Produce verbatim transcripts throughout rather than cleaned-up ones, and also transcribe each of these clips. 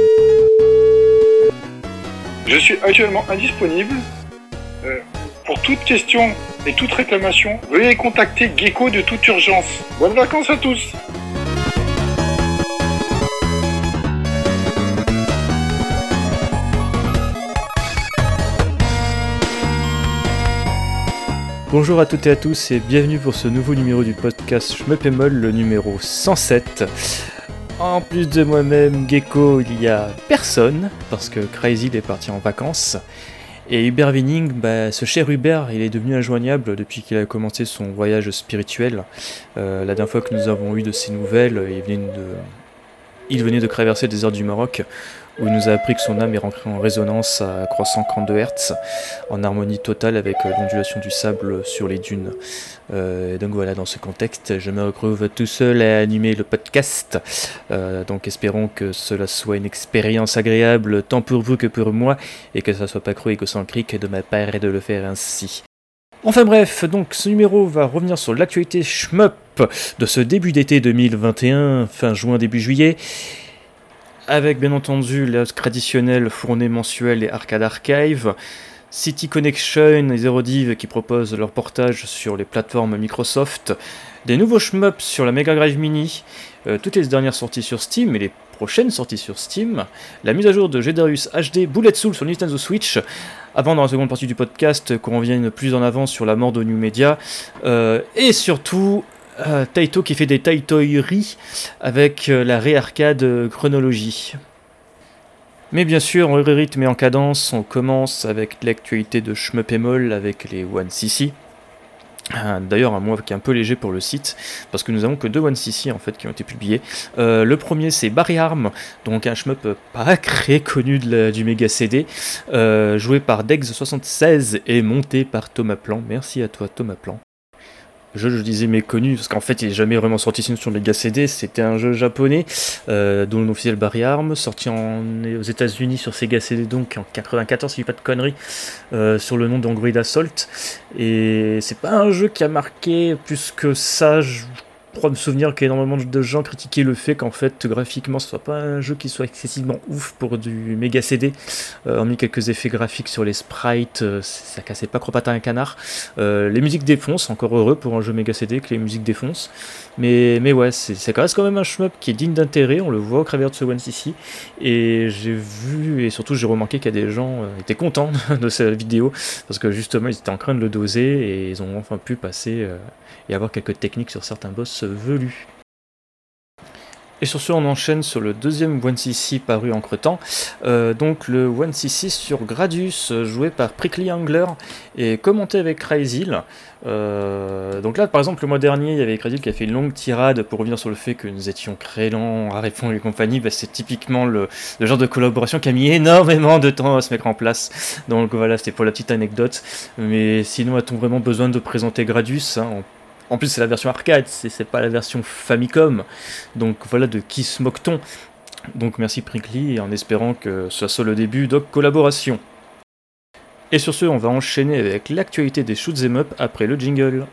Je suis actuellement indisponible. Euh, pour toute question et toute réclamation, veuillez contacter Gecko de toute urgence. Bonnes vacances à tous. Bonjour à toutes et à tous et bienvenue pour ce nouveau numéro du podcast Shmup et Moll, le numéro cent sept. En plus de moi-même, Gecko, il y a personne, parce que Crazy est parti en vacances. Et Hubert Winning, bah, ce cher Hubert, il est devenu injoignable depuis qu'il a commencé son voyage spirituel. Euh, la dernière fois que nous avons eu de ses nouvelles, il venait de, il venait de traverser le désert du Maroc, où il nous a appris que son âme est rentrée en résonance à trois cent quarante-deux hertz, en harmonie totale avec l'ondulation du sable sur les dunes. Euh, et donc voilà, dans ce contexte, je me retrouve tout seul à animer le podcast. Euh, donc espérons que cela soit une expérience agréable, tant pour vous que pour moi, et que ça ne soit pas trop égocentrique de ma part de le faire ainsi. Enfin bref, donc ce numéro va revenir sur l'actualité shmup de ce début d'été deux mille vingt et un, fin juin, début juillet, avec bien entendu les traditionnelles fournées mensuelles et Arcade Archive, City Connection et Zero Div qui proposent leur portage sur les plateformes Microsoft, des nouveaux shmups sur la Mega Drive Mini, euh, toutes les dernières sorties sur Steam et les prochaines sorties sur Steam, la mise à jour de Gedarius H D Bullet Soul sur Nintendo Switch, avant dans la seconde partie du podcast qu'on revienne plus en avant sur la mort de New Media, euh, et surtout euh, Taito qui fait des taitoiries avec euh, la réarcade euh, chronologie. Mais bien sûr, en rythme et en cadence, on commence avec l'actualité de Shmup et Moll avec les one C C. D'ailleurs, un mot qui est un peu léger pour le site, parce que nous avons que deux one C C en fait qui ont été publiés. Euh, le premier, c'est Barry Arm, donc un shmup pas très connu de la, du Mega C D, euh, joué par Dex soixante-seize et monté par Thomas Plan. Merci à toi, Thomas Plan. Jeu, je disais méconnu, parce qu'en fait il n'est jamais vraiment sorti sur Mega C D, c'était un jeu japonais, euh, dont l'officiel Barry Arm, sorti en, aux États-Unis sur Sega C D donc en quatre-vingt-quatorze, si je dis pas de conneries, euh, sur le nom d'Android Assault, et c'est pas un jeu qui a marqué plus que ça. Je crois me souvenir qu'énormément de gens critiquaient le fait qu'en fait graphiquement ce soit pas un jeu qui soit excessivement ouf pour du Mega C D, euh, hormis quelques effets graphiques sur les sprites, euh, ça cassait pas trop patin un canard. Euh, les musiques défoncent, encore heureux pour un jeu Mega C D que les musiques défoncent, mais, mais ouais, c'est, ça reste quand même un shmup qui est digne d'intérêt, on le voit au travers de ce one C C, et j'ai vu, et surtout j'ai remarqué qu'il y a des gens euh, étaient contents de cette vidéo, parce que justement ils étaient en train de le doser, et ils ont enfin pu passer euh, et avoir quelques techniques sur certains boss velus. Et sur ce, on enchaîne sur le deuxième one C C paru entre-temps, euh, donc le one C C sur Gradius, joué par Prickly Angler et commenté avec Crazy. Euh, donc là, par exemple, le mois dernier, il y avait Crazy qui a fait une longue tirade pour revenir sur le fait que nous étions créants, Arifon et compagnie. Bah, c'est typiquement le, le genre de collaboration qui a mis énormément de temps à se mettre en place. Donc voilà, c'était pour la petite anecdote. Mais sinon, a-t-on vraiment besoin de présenter Gradius, hein? En plus, c'est la version arcade, c'est, c'est pas la version Famicom. Donc voilà, de qui se moque-t-on? Donc merci Prickly, en espérant que ce soit le début de collaboration. Et sur ce, on va enchaîner avec l'actualité des shoot'em up après le jingle.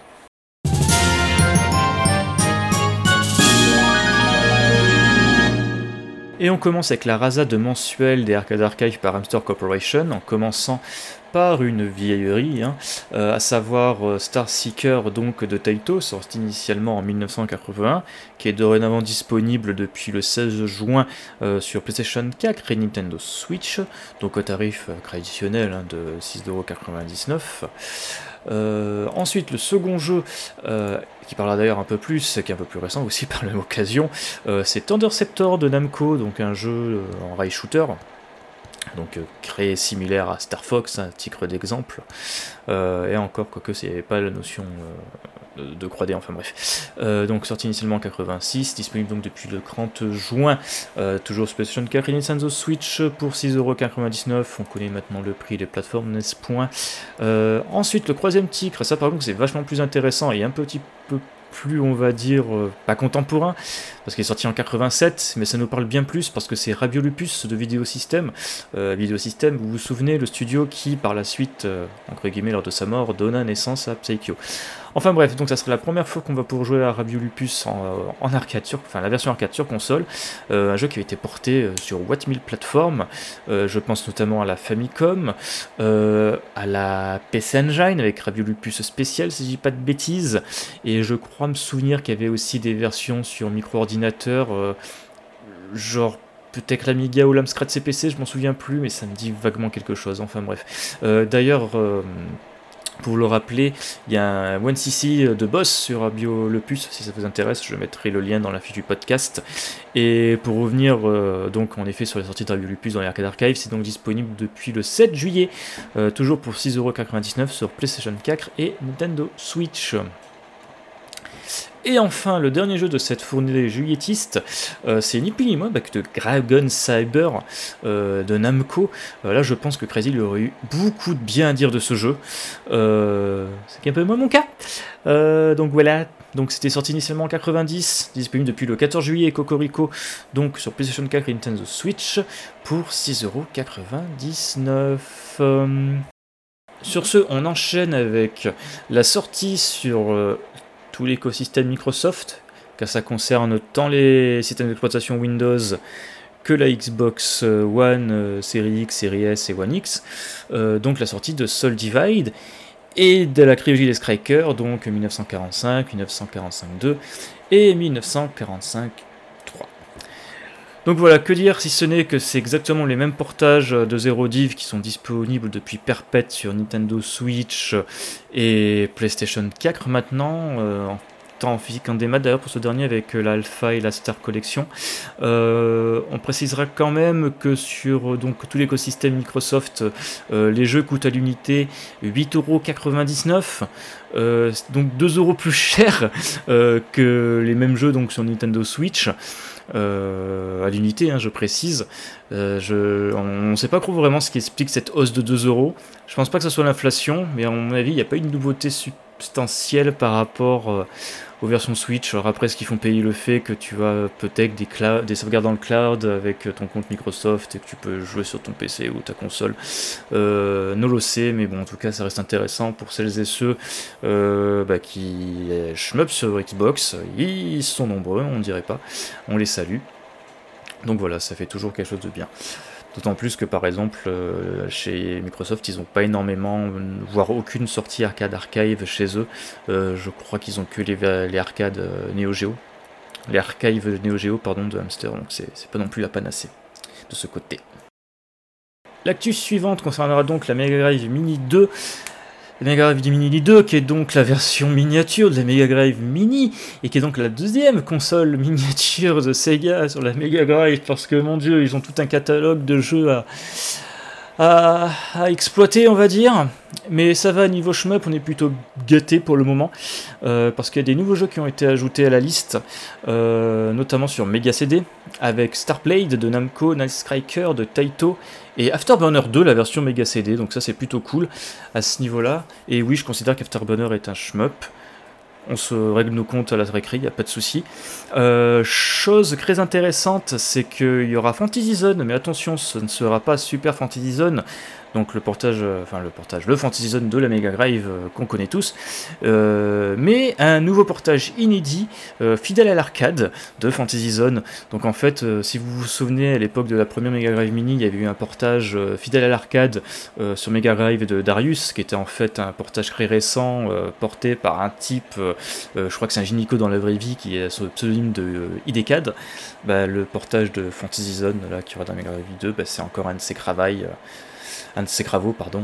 Et on commence avec la rasade mensuelle des Arcade Archive par Hamster Corporation, en commençant par une vieillerie, hein, euh, à savoir euh, Star Seeker donc de Taito, sorti initialement en dix-neuf cent quatre-vingt-un, qui est dorénavant disponible depuis le seize juin euh, sur PlayStation quatre et Nintendo Switch, donc au tarif euh, traditionnel hein, de six euros quatre-vingt-dix-neuf. Euh, ensuite, le second jeu, euh, qui parlera d'ailleurs un peu plus, qui est un peu plus récent aussi par la même occasion, euh, c'est Thunderceptor de Namco, donc un jeu euh, en rail shooter, donc euh, créé similaire à Star Fox, un titre d'exemple, euh, et encore, quoique il n'y avait pas la notion euh, de, de trois D, enfin bref. Euh, donc sorti initialement en quatre-vingt-six, disponible donc depuis le trente juin, euh, toujours sur PlayStation quatre et Nintendo Switch pour six euros quatre-vingt-dix-neuf, on connaît maintenant le prix des plateformes, n'est-ce point. Euh, ensuite, le troisième titre, ça par contre c'est vachement plus intéressant et un petit peu plus, on va dire, euh, pas contemporain, parce qu'il est sorti en quatre-vingt-sept, mais ça nous parle bien plus parce que c'est Radiolupus de Video System. Euh, Video System, vous vous souvenez, le studio qui, par la suite, euh, entre guillemets, lors de sa mort, donna naissance à Psikyo. Enfin bref, donc ça serait la première fois qu'on va pouvoir jouer à Radiolupus en, en arcade sur, enfin la version arcade sur console, euh, un jeu qui a été porté sur what mille plateformes, euh, je pense notamment à la Famicom, euh, à la P C Engine avec Radiolupus spécial si je dis pas de bêtises, et je crois me souvenir qu'il y avait aussi des versions sur micro-ordinateur, euh, genre peut-être l'Amiga ou l'Amstrad C P C, je m'en souviens plus, mais ça me dit vaguement quelque chose, enfin bref. Euh, d'ailleurs, euh, pour le rappeler, il y a un one C C de boss sur Radiolupus, si ça vous intéresse, je mettrai le lien dans la fiche du podcast. Et pour revenir euh, donc en effet sur les sorties de Radiolupus dans les Arcade Archive, c'est donc disponible depuis le sept juillet, euh, toujours pour six euros quatre-vingt-dix-neuf sur PlayStation quatre et Nintendo Switch. Et enfin, le dernier jeu de cette fournée juilletiste, euh, c'est ni plus ni moins bah, que de Dragon Cyber euh, de Namco. Euh, là, je pense que Crazy aurait eu beaucoup de bien à dire de ce jeu. Euh, c'est un peu moins mon cas. Euh, donc voilà. Donc c'était sorti initialement en quatre-vingt-dix, disponible depuis le quatorze juillet Cocorico, donc sur PlayStation quatre et Nintendo Switch, pour six euros quatre-vingt-dix-neuf. Euh, sur ce, on enchaîne avec la sortie sur euh, tout l'écosystème Microsoft, car ça concerne tant les systèmes d'exploitation Windows que la Xbox One, euh, Série X, Série S et One X, euh, donc la sortie de Soul Divide, et de la trilogie des Strikers, donc dix-neuf cent quarante-cinq, dix-neuf cent quarante-cinq deux et dix-neuf cent quarante-cinq trois. Donc voilà, que dire si ce n'est que c'est exactement les mêmes portages de Zero Div qui sont disponibles depuis perpète sur Nintendo Switch et PlayStation quatre maintenant, euh, tant en physique qu'en démat d'ailleurs pour ce dernier avec l'Alpha et la Star Collection. Euh, on précisera quand même que sur donc, tout l'écosystème Microsoft, euh, les jeux coûtent à l'unité huit euros quatre-vingt-dix-neuf, euh, donc deux euros plus cher euh, que les mêmes jeux donc, sur Nintendo Switch. Euh, à l'unité, hein, je précise. Euh, je, on ne sait pas trop vraiment ce qui explique cette hausse de deux euros. Je pense pas que ce soit l'inflation, mais à mon avis, il n'y a pas une nouveauté substantielle par rapport euh, aux versions Switch. Alors après, ce qu'ils font payer le fait que tu as peut-être des, clou- des sauvegardes dans le cloud avec ton compte Microsoft et que tu peux jouer sur ton P C ou ta console. Euh, non le sait, mais bon, en tout cas, ça reste intéressant pour celles et ceux euh, bah, qui shmup sur Xbox. Ils sont nombreux, on ne dirait pas. On les salue. Donc voilà, ça fait toujours quelque chose de bien. D'autant plus que par exemple euh, chez Microsoft ils n'ont pas énormément, voire aucune sortie arcade archive chez eux. Euh, je crois qu'ils ont que les, les arcades euh, Neo Geo, les archives Neo Geo pardon de Hamster, donc c'est, c'est pas non plus la panacée de ce côté. L'actu suivante concernera donc la Mega Drive Mini deux. La Mega Drive Mini deux, qui est donc la version miniature de la Mega Drive Mini, et qui est donc la deuxième console miniature de Sega sur la Mega Drive, parce que, mon Dieu, ils ont tout un catalogue de jeux à, à, à exploiter, on va dire. Mais ça va, niveau shmup, on est plutôt gâté pour le moment, euh, parce qu'il y a des nouveaux jeux qui ont été ajoutés à la liste, euh, notamment sur Mega C D, avec Starblade de Namco, Night Striker de Taito, et Afterburner deux, la version Mega C D, donc ça c'est plutôt cool à ce niveau-là. Et oui, je considère qu'Afterburner est un shmup. On se règle nos comptes à la récré, il n'y a pas de souci. Euh, chose très intéressante, c'est qu'il y aura Fantasy Zone, mais attention, ce ne sera pas Super Fantasy Zone, donc le portage, enfin le portage, le Fantasy Zone de la Mega Drive euh, qu'on connaît tous, euh, mais un nouveau portage inédit, euh, fidèle à l'arcade de Fantasy Zone. Donc en fait, euh, si vous vous souvenez, à l'époque de la première Mega Drive Mini, il y avait eu un portage euh, fidèle à l'arcade euh, sur Mega Drive de Darius, qui était en fait un portage très récent, euh, porté par un type, euh, euh, je crois que c'est un gynéco dans la vraie vie, qui est sous le pseudonyme de euh, Idecad. Bah, le portage de Fantasy Zone, là, qui aura dans Mega Drive deux, bah, c'est encore un de ses travails. Euh, un de ses travaux, pardon.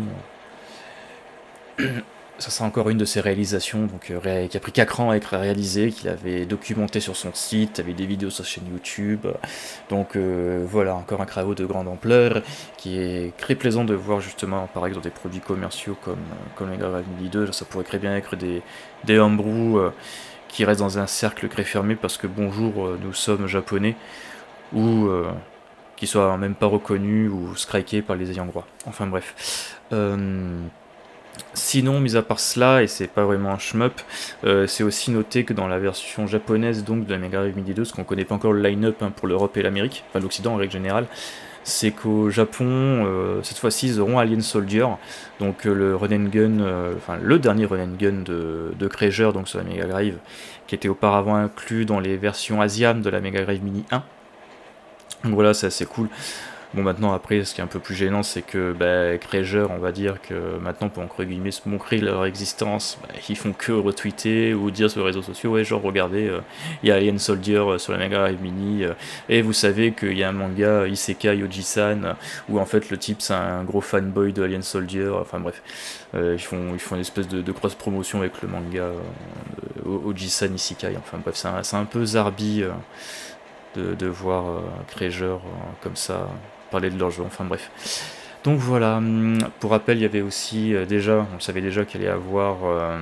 Ça sera encore une de ses réalisations, donc euh, ré- qui a pris quatre ans à être réalisé, qu'il avait documenté sur son site, avait des vidéos sur sa chaîne YouTube. Donc euh, voilà, encore un travaux de grande ampleur, qui est très plaisant de voir justement apparaître dans des produits commerciaux comme, comme Mega Drive Mini deux. Ça pourrait très bien être des, des homebrew euh, qui restent dans un cercle très fermé, parce que bonjour, euh, nous sommes japonais, ou... Euh, qui soient même pas reconnus ou strikés par les ayants droit. Enfin bref. Euh, sinon, mis à part cela, et c'est pas vraiment un shmup, euh, c'est aussi noté que dans la version japonaise donc de la Mega Drive Mini deux, parce qu'on connaît pas encore le line-up hein, pour l'Europe et l'Amérique, enfin l'Occident en règle générale, c'est qu'au Japon, euh, cette fois-ci, ils auront Alien Soldier, donc euh, le run and gun, euh, enfin le dernier run and gun de, de Krager, donc sur la Mega Drive, qui était auparavant inclus dans les versions Asiam de la Mega Drive Mini un. Donc voilà, c'est assez cool. Bon, maintenant, après, ce qui est un peu plus gênant, c'est que bah, Krager, on va dire que maintenant, pour entre guillemets se montrer leur existence, bah, ils font que retweeter ou dire sur les réseaux sociaux, ouais, genre, regardez, il euh, y a Alien Soldier euh, sur la Mega Drive Mini, euh, et vous savez qu'il y a un manga Isekai Oji-san, euh, où en fait, le type, c'est un gros fanboy de Alien Soldier, enfin bref, euh, ils, font, ils font une espèce de, de cross-promotion avec le manga euh, Oji-san Isekai, enfin bref, c'est un, c'est un peu zarbi euh, de, de voir euh, Krager euh, comme ça parler de leur jeu, enfin bref. Donc voilà, pour rappel, il y avait aussi euh, déjà, on savait déjà qu'il allait y avoir euh,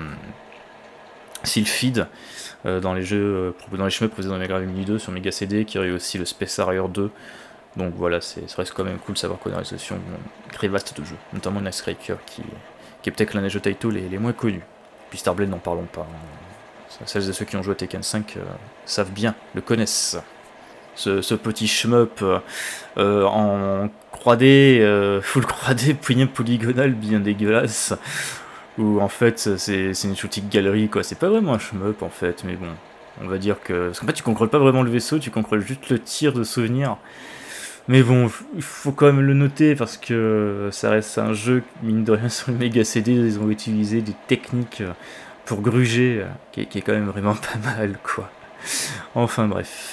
Sylphid euh, dans les jeux, euh, dans les chemins proposés dans Mega Drive Mini deux sur Mega C D, qui aurait aussi le Space Harrier deux. Donc voilà, c'est, ça reste quand même cool de savoir qu'on a une association très vaste de jeux, notamment Night Striker, qui, qui est peut-être l'un des jeux Taito les, les moins connus. Puis Starblade, n'en parlons pas. Celles et ceux qui ont joué à Tekken cinq euh, savent bien, le connaissent. Ce, ce petit shmup euh, en trois D, euh, full trois D, bien polygonal, bien dégueulasse, où en fait c'est, c'est une shooting gallery, quoi. C'est pas vraiment un shmup en fait, mais bon, on va dire que. Parce qu'en fait tu contrôles pas vraiment le vaisseau, tu contrôles juste le tir de souvenir. Mais bon, il faut quand même le noter parce que ça reste un jeu, mine de rien, sur le Mega C D, ils ont utilisé des techniques pour gruger, qui est, qui est quand même vraiment pas mal, quoi. Enfin bref.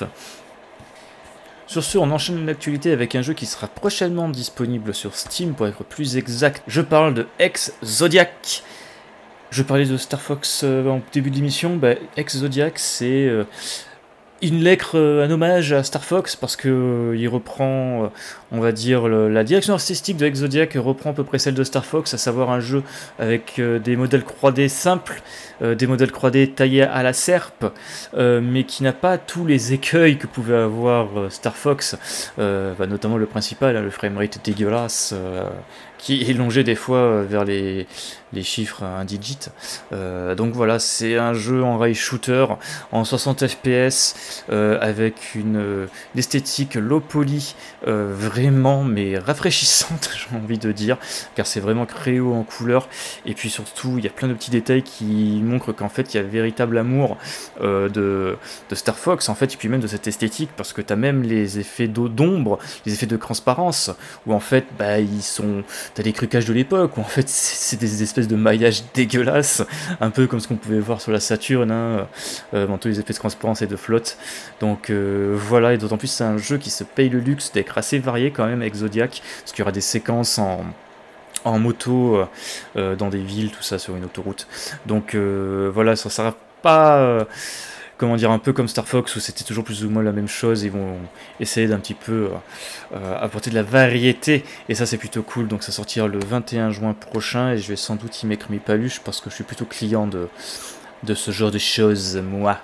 Sur ce, on enchaîne l'actualité avec un jeu qui sera prochainement disponible sur Steam, pour être plus exact. Je parle de Ex-Zodiac. Je parlais de Star Fox euh, en début de l'émission. Bah, Ex-Zodiac, c'est euh, une lettre, euh, un hommage à Star Fox, parce que euh, il reprend, euh, on va dire, le, la direction artistique de Ex-Zodiac reprend à peu près celle de Star Fox, à savoir un jeu avec euh, des modèles trois D simples, Euh, des modèles trois D taillés à la serpe, euh, mais qui n'a pas tous les écueils que pouvait avoir euh, Star Fox, euh, bah, notamment le principal, hein, le framerate dégueulasse, euh, qui est longé des fois euh, vers les, les chiffres indigit. Euh, donc voilà, c'est un jeu en rail shooter, en soixante F P S, euh, avec une, une esthétique low poly, euh, vraiment, mais rafraîchissante, j'ai envie de dire, car c'est vraiment créé en couleur, et puis surtout, il y a plein de petits détails qui montre qu'en fait il y a véritable amour euh, de, de Star Fox en fait, et puis même de cette esthétique, parce que t'as même les effets d'ombre, les effets de transparence, où en fait bah ils sont, t'as les trucages de l'époque, où en fait c'est, c'est des espèces de maillages dégueulasses, un peu comme ce qu'on pouvait voir sur la Saturn, hein, euh, dans tous les effets de transparence et de flotte. Donc euh, voilà, et d'autant plus c'est un jeu qui se paye le luxe d'être assez varié quand même avec Zodiac, parce qu'il y aura des séquences en en moto euh, dans des villes, tout ça sur une autoroute. Donc euh, voilà, ça sera pas euh, comment dire, un peu comme Star Fox où c'était toujours plus ou moins la même chose. Ils vont essayer d'un petit peu euh, apporter de la variété, et ça c'est plutôt cool. Donc ça sortira le vingt et un juin prochain, et je vais sans doute y mettre mes paluches parce que je suis plutôt client de, de ce genre de choses, moi.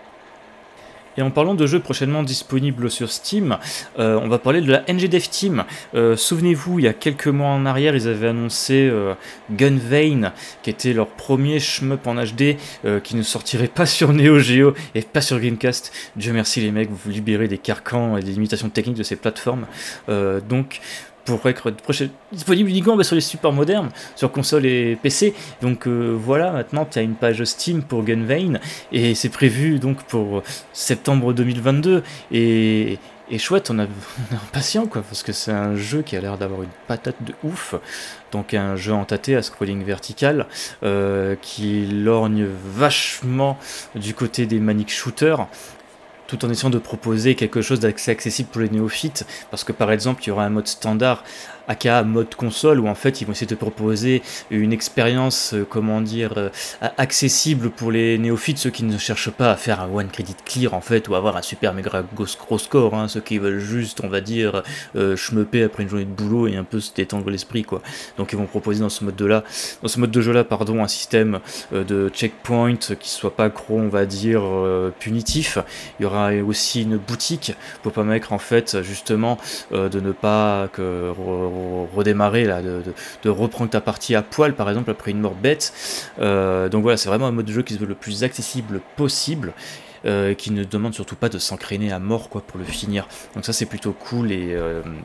Et en parlant de jeux prochainement disponibles sur Steam, euh, on va parler de la N G Dev Team. Euh, souvenez-vous, il y a quelques mois en arrière, ils avaient annoncé euh, Gunvein, qui était leur premier shmup en H D, euh, qui ne sortirait pas sur Neo Geo et pas sur Dreamcast. Dieu merci les mecs, vous vous libérez des carcans et des limitations techniques de ces plateformes. Euh, donc... pour être disponible uniquement bah, sur les supports modernes, sur console et P C. Donc euh, voilà, maintenant tu as une page Steam pour Gunvein, et c'est prévu donc pour septembre deux mille vingt-deux, et, et chouette, on, a, on est impatient quoi, parce que c'est un jeu qui a l'air d'avoir une patate de ouf, donc un jeu entêté à scrolling vertical, euh, qui lorgne vachement du côté des manic shooters, tout en essayant de proposer quelque chose d'assez accessible pour les néophytes, parce que par exemple il y aura un mode standard aka mode console, où en fait ils vont essayer de proposer une expérience, euh, comment dire, euh, accessible pour les néophytes, ceux qui ne cherchent pas à faire un one credit clear en fait, ou avoir un super méga gros score, hein, ceux qui veulent juste, on va dire, euh, schmupper après une journée de boulot et un peu se détendre l'esprit quoi. Donc ils vont proposer dans ce mode de là, dans ce mode de jeu là, pardon, un système euh, de checkpoint qui soit pas trop, on va dire, euh, punitif. Il y aura aussi une boutique pour permettre en fait justement euh, de ne pas que redémarrer là, de, de, de reprendre ta partie à poil par exemple après une mort bête. Euh, donc voilà, c'est vraiment un mode de jeu qui se veut le plus accessible possible, euh, qui ne demande surtout pas de s'entraîner à mort quoi pour le finir. Donc ça c'est plutôt cool, et euh,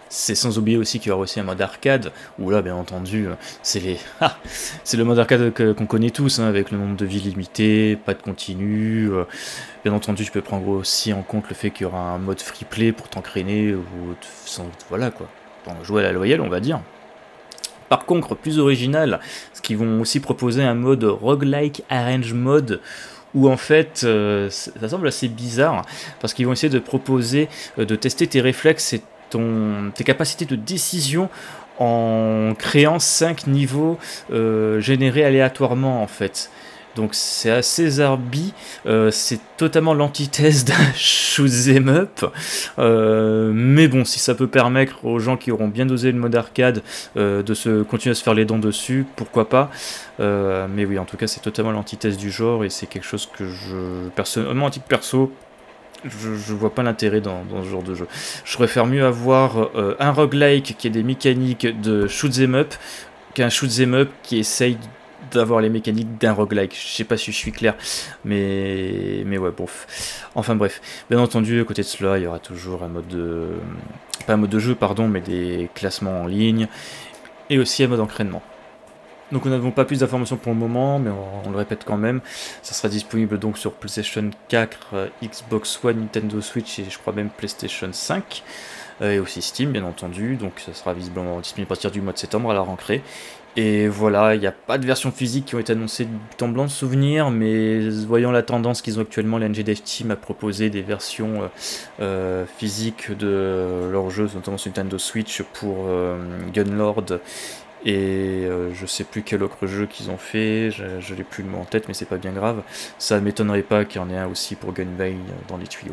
C'est sans oublier aussi qu'il y aura aussi un mode arcade, où là, bien entendu, c'est les, ah, c'est le mode arcade que, qu'on connaît tous, hein, avec le nombre de vies limitées, pas de continu. Euh, bien entendu, tu peux prendre aussi en compte le fait qu'il y aura un mode free play pour t'entraîner, ou sans, voilà quoi, pour jouer à la loyale, on va dire. Par contre, plus original, ce qu'ils vont aussi proposer un mode roguelike arrange mode, où en fait, euh, ça semble assez bizarre, parce qu'ils vont essayer de proposer, euh, de tester tes réflexes et ton, tes capacités de décision en créant cinq niveaux euh, générés aléatoirement en fait. Donc c'est assez zarbi, euh, c'est totalement l'antithèse d'un shoot'em up, euh, mais bon, si ça peut permettre aux gens qui auront bien dosé le mode arcade euh, de se continuer à se faire les dents dessus, pourquoi pas, euh, mais oui, en tout cas c'est totalement l'antithèse du genre, et c'est quelque chose que je, personnellement, à titre perso, Je, je vois pas l'intérêt dans, dans ce genre de jeu. Je préfère mieux avoir euh, un roguelike qui ait des mécaniques de shoot'em up qu'un shoot'em up qui essaye d'avoir les mécaniques d'un roguelike. Je sais pas si je suis clair, mais mais ouais, bon. Enfin bref, bien entendu, à côté de cela, il y aura toujours un mode de pas un mode de jeu, pardon, mais des classements en ligne et aussi un mode entraînement. Donc nous n'avons pas plus d'informations pour le moment, mais on, on le répète quand même, ça sera disponible donc sur PlayStation quatre, euh, Xbox One, Nintendo Switch et je crois même PlayStation cinq, euh, et aussi Steam bien entendu, donc ça sera visiblement disponible à partir du mois de septembre à la rentrée. Et voilà, il n'y a pas de versions physiques qui ont été annoncées de but en blanc de souvenir, mais voyant la tendance qu'ils ont actuellement, la N G Dev Team a proposé des versions euh, euh, physiques de leurs jeux, notamment sur Nintendo Switch pour euh, Gunlord, et euh, je sais plus quel autre jeu qu'ils ont fait, je, je l'ai plus le mot en tête, mais c'est pas bien grave. Ça m'étonnerait pas qu'il y en ait un aussi pour Gunveil dans les tuyaux.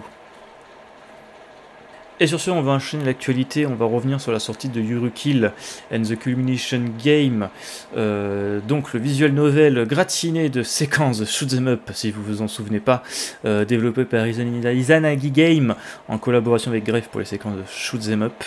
Et sur ce, on va enchaîner l'actualité, on va revenir sur la sortie de Yurukill and the Culmination Game, euh, donc le visual novel gratiné de séquences de shoot'em up, si vous vous en souvenez pas, euh, développé par Izanagi Game en collaboration avec Grefg pour les séquences de shoot'em up.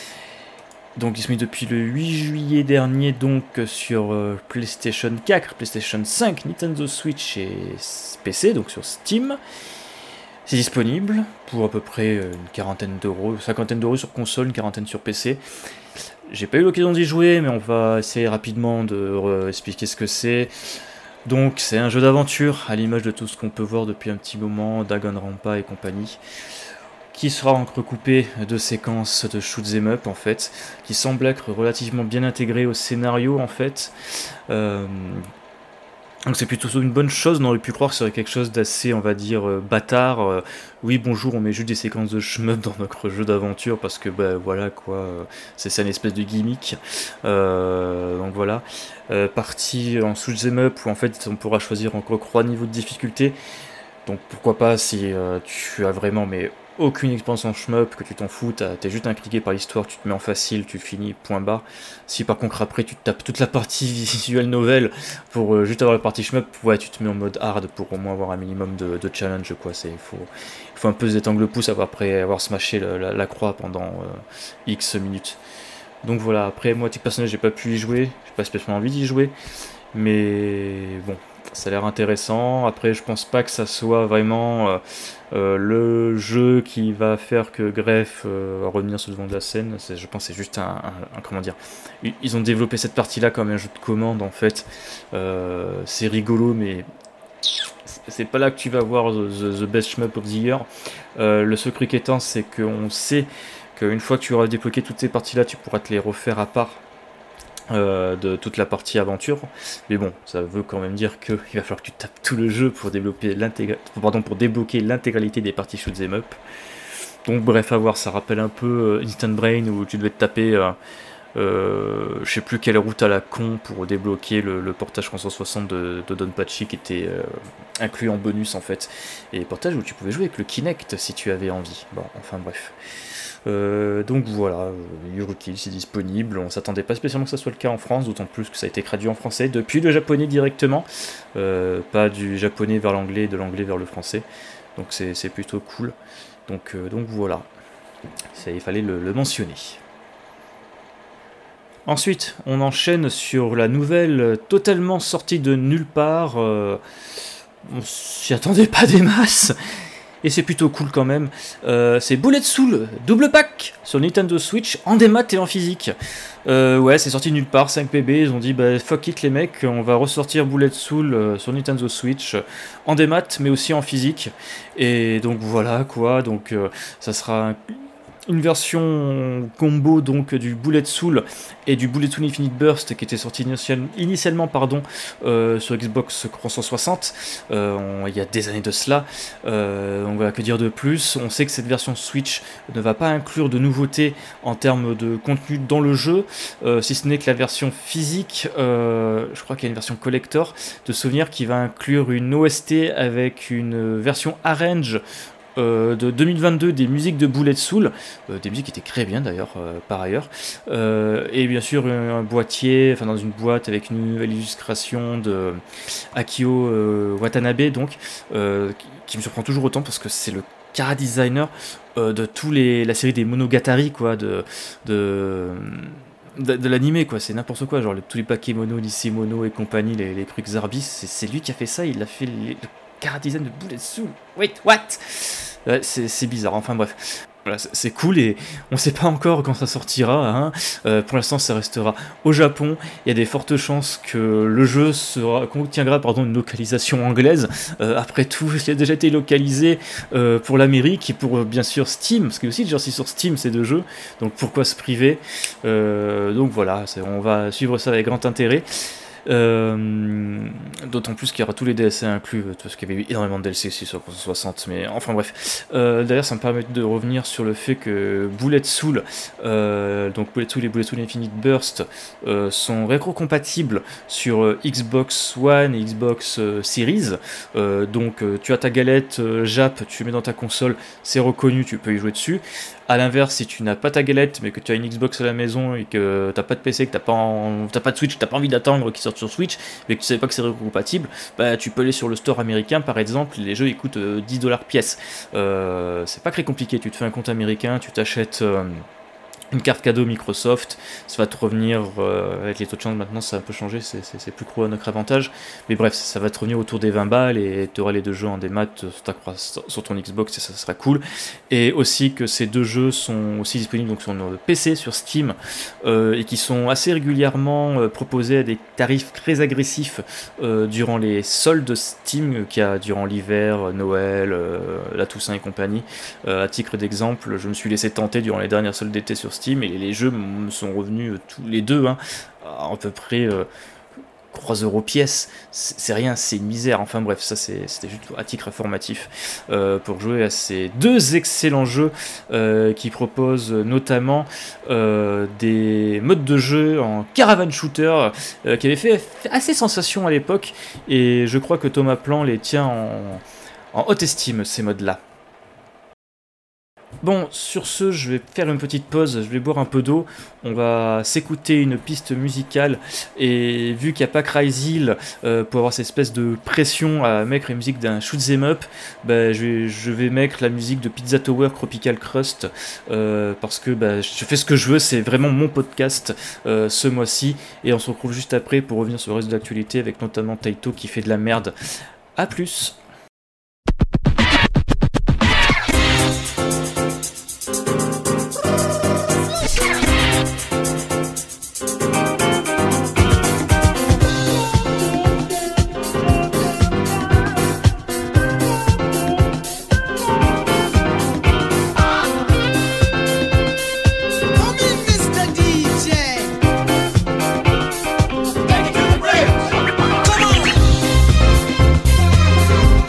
Donc disponible depuis le huit juillet dernier donc sur euh, PlayStation quatre, PlayStation cinq, Nintendo Switch et P C, donc sur Steam. C'est disponible pour à peu près une quarantaine d'euros, une cinquantaine d'euros sur console, une quarantaine sur P C. J'ai pas eu l'occasion d'y jouer, mais on va essayer rapidement de euh, expliquer ce que c'est. Donc c'est un jeu d'aventure, à l'image de tout ce qu'on peut voir depuis un petit moment, Danganronpa et compagnie, qui sera recoupé de séquences de shoot'em up en fait, qui semble être relativement bien intégré au scénario en fait. Euh, donc c'est plutôt une bonne chose, on aurait pu croire que ce serait quelque chose d'assez, on va dire, euh, bâtard. Euh, oui, bonjour, on met juste des séquences de shmup dans notre jeu d'aventure parce que, bah voilà quoi, euh, c'est ça une espèce de gimmick. Euh, donc voilà. Euh, partie en shoot'em up où en fait on pourra choisir encore trois niveaux de difficulté. Donc pourquoi pas si euh, tu as vraiment mais aucune expérience en shmup, que tu t'en fous, t'es juste intrigué par l'histoire, tu te mets en facile, tu finis, point barre. Si par contre après tu te tapes toute la partie visuelle novel pour euh, juste avoir la partie shmup, ouais tu te mets en mode hard pour au moins avoir un minimum de, de challenge quoi. C'est faut, faut un peu se détendre le pouce après avoir smashé la, la, la croix pendant euh, X minutes. Donc voilà, après moi, titre personnel, j'ai pas pu y jouer, j'ai pas spécialement envie d'y jouer, mais bon, ça a l'air intéressant. Après, je pense pas que ça soit vraiment euh, euh, le jeu qui va faire que Grefg euh, va revenir sur le devant de la scène. C'est, je pense que c'est juste un, un, un comment dire. Ils ont développé cette partie-là comme un jeu de commande en fait. Euh, c'est rigolo, mais c'est pas là que tu vas voir the, the, the best shmup of the year. Euh, le secret étant, c'est qu'on sait qu'une fois que tu auras débloqué toutes ces parties-là, tu pourras te les refaire à part. Euh, de toute la partie aventure, mais bon, ça veut quand même dire qu'il va falloir que tu tapes tout le jeu pour, développer l'intégra- pardon, pour débloquer l'intégralité des parties shoot'em up. Donc bref, à voir, ça rappelle un peu euh, Instant Brain où tu devais te taper euh, euh, je sais plus quelle route à la con pour débloquer le, le portage trois cent soixante de, de Donpachi qui était euh, inclus en bonus en fait, et portage où tu pouvais jouer avec le Kinect si tu avais envie. Bon, enfin bref. Euh, donc voilà, Yurukill c'est disponible, on s'attendait pas spécialement que ça soit le cas en France, d'autant plus que ça a été traduit en français depuis le japonais directement, euh, pas du japonais vers l'anglais et de l'anglais vers le français, donc c'est, c'est plutôt cool, donc, euh, donc voilà, ça, il fallait le, le mentionner. Ensuite, on enchaîne sur la nouvelle totalement sortie de nulle part, euh, on s'y attendait pas des masses. et c'est plutôt cool quand même. Euh, c'est Bullet Soul, double pack sur Nintendo Switch, en démat et en physique. Euh, ouais, c'est sorti nulle part, cinq P B, ils ont dit bah fuck it les mecs, on va ressortir Bullet Soul euh, sur Nintendo Switch, euh, en démat mais aussi en physique. Et donc voilà quoi, donc euh, ça sera un... une version combo donc du Bullet Soul et du Bullet Soul Infinite Burst qui était sorti initial, initialement pardon, euh, sur Xbox trois cent soixante euh, on, il y a des années de cela. Euh, donc voilà, que dire de plus, on sait que cette version Switch ne va pas inclure de nouveautés en termes de contenu dans le jeu, euh, si ce n'est que la version physique, euh, je crois qu'il y a une version collector de souvenir qui va inclure une O S T avec une version arrange Euh, de deux mille vingt-deux des musiques de Bullet Soul, euh, des musiques qui étaient très bien d'ailleurs euh, par ailleurs, euh, et bien sûr un, un boîtier, enfin dans une boîte avec une nouvelle illustration de Akio euh, Watanabe donc, euh, qui, qui me surprend toujours autant parce que c'est le chara designer euh, de tous les la série des Monogatari quoi, de de de, de l'animé quoi, c'est n'importe quoi, genre les, tous les Bakemono, Nissemono et compagnie, les, les trucs Zarbis, c'est, c'est lui qui a fait ça, il a fait les, le chara design de Bullet Soul. Wait, what? Ouais, c'est, c'est bizarre, enfin bref. Voilà, c'est, c'est cool et on sait pas encore quand ça sortira, hein. Euh, pour l'instant ça restera au Japon, il y a des fortes chances que le jeu sera, contiendra pardon, une localisation anglaise, euh, après tout il a déjà été localisé euh, pour l'Amérique et pour euh, bien sûr Steam, parce qu'il y a aussi déjà sur Steam ces deux jeux, donc pourquoi se priver, euh, donc voilà, c'est, on va suivre ça avec grand intérêt. Euh, d'autant plus qu'il y aura tous les D L C inclus, parce qu'il y avait eu énormément de D L C sur trois cent soixante, mais enfin bref. Euh, d'ailleurs, ça me permet de revenir sur le fait que Bullet Soul, euh, donc Bullet Soul et Bullet Soul Infinite Burst, euh, sont rétro-compatibles sur euh, Xbox One et Xbox euh, Series. Euh, donc, euh, tu as ta galette euh, Jap, tu mets dans ta console, c'est reconnu, tu peux y jouer dessus. A l'inverse, si tu n'as pas ta galette, mais que tu as une Xbox à la maison et que t'as pas de P C, que t'as pas, en... t'as pas de Switch, que t'as pas envie d'attendre qu'il sorte sur Switch, mais que tu sais pas que c'est compatible, bah tu peux aller sur le store américain par exemple, les jeux ils coûtent euh, dix dollars pièce. Euh, c'est pas très compliqué, tu te fais un compte américain, tu t'achètes euh, une carte cadeau Microsoft, ça va te revenir, euh, avec les taux de change maintenant ça a un peu changé, c'est, c'est, c'est plus gros à notre avantage, mais bref, ça va te revenir autour des vingt balles et tu auras les deux jeux en démat sur, ta, sur ton Xbox et ça sera cool. Et aussi que ces deux jeux sont aussi disponibles donc sur nos P C, sur Steam, euh, et qui sont assez régulièrement euh, proposés à des tarifs très agressifs euh, durant les soldes Steam qu'il y a durant l'hiver, Noël, euh, la Toussaint et compagnie. Euh, à titre d'exemple, je me suis laissé tenter durant les dernières soldes d'été sur Steam et les jeux me sont revenus euh, tous les deux hein, à peu près euh, trois euros pièce, c'est, c'est rien, c'est une misère, enfin bref, ça c'est, c'était juste à titre informatif euh, pour jouer à ces deux excellents jeux euh, qui proposent notamment euh, des modes de jeu en caravan shooter euh, qui avaient fait assez sensation à l'époque et je crois que Thomas Plan les tient en, en haute estime ces modes là. Bon, sur ce, je vais faire une petite pause, je vais boire un peu d'eau, on va s'écouter une piste musicale, et vu qu'il n'y a pas Cryzil euh, pour avoir cette espèce de pression à mettre la musique d'un shoot'em up, bah, je, vais, je vais mettre la musique de Pizza Tower Tropical Crust, euh, parce que bah, je fais ce que je veux, c'est vraiment mon podcast euh, ce mois-ci, et on se retrouve juste après pour revenir sur le reste de l'actualité, avec notamment Taito qui fait de la merde. A plus. Come on!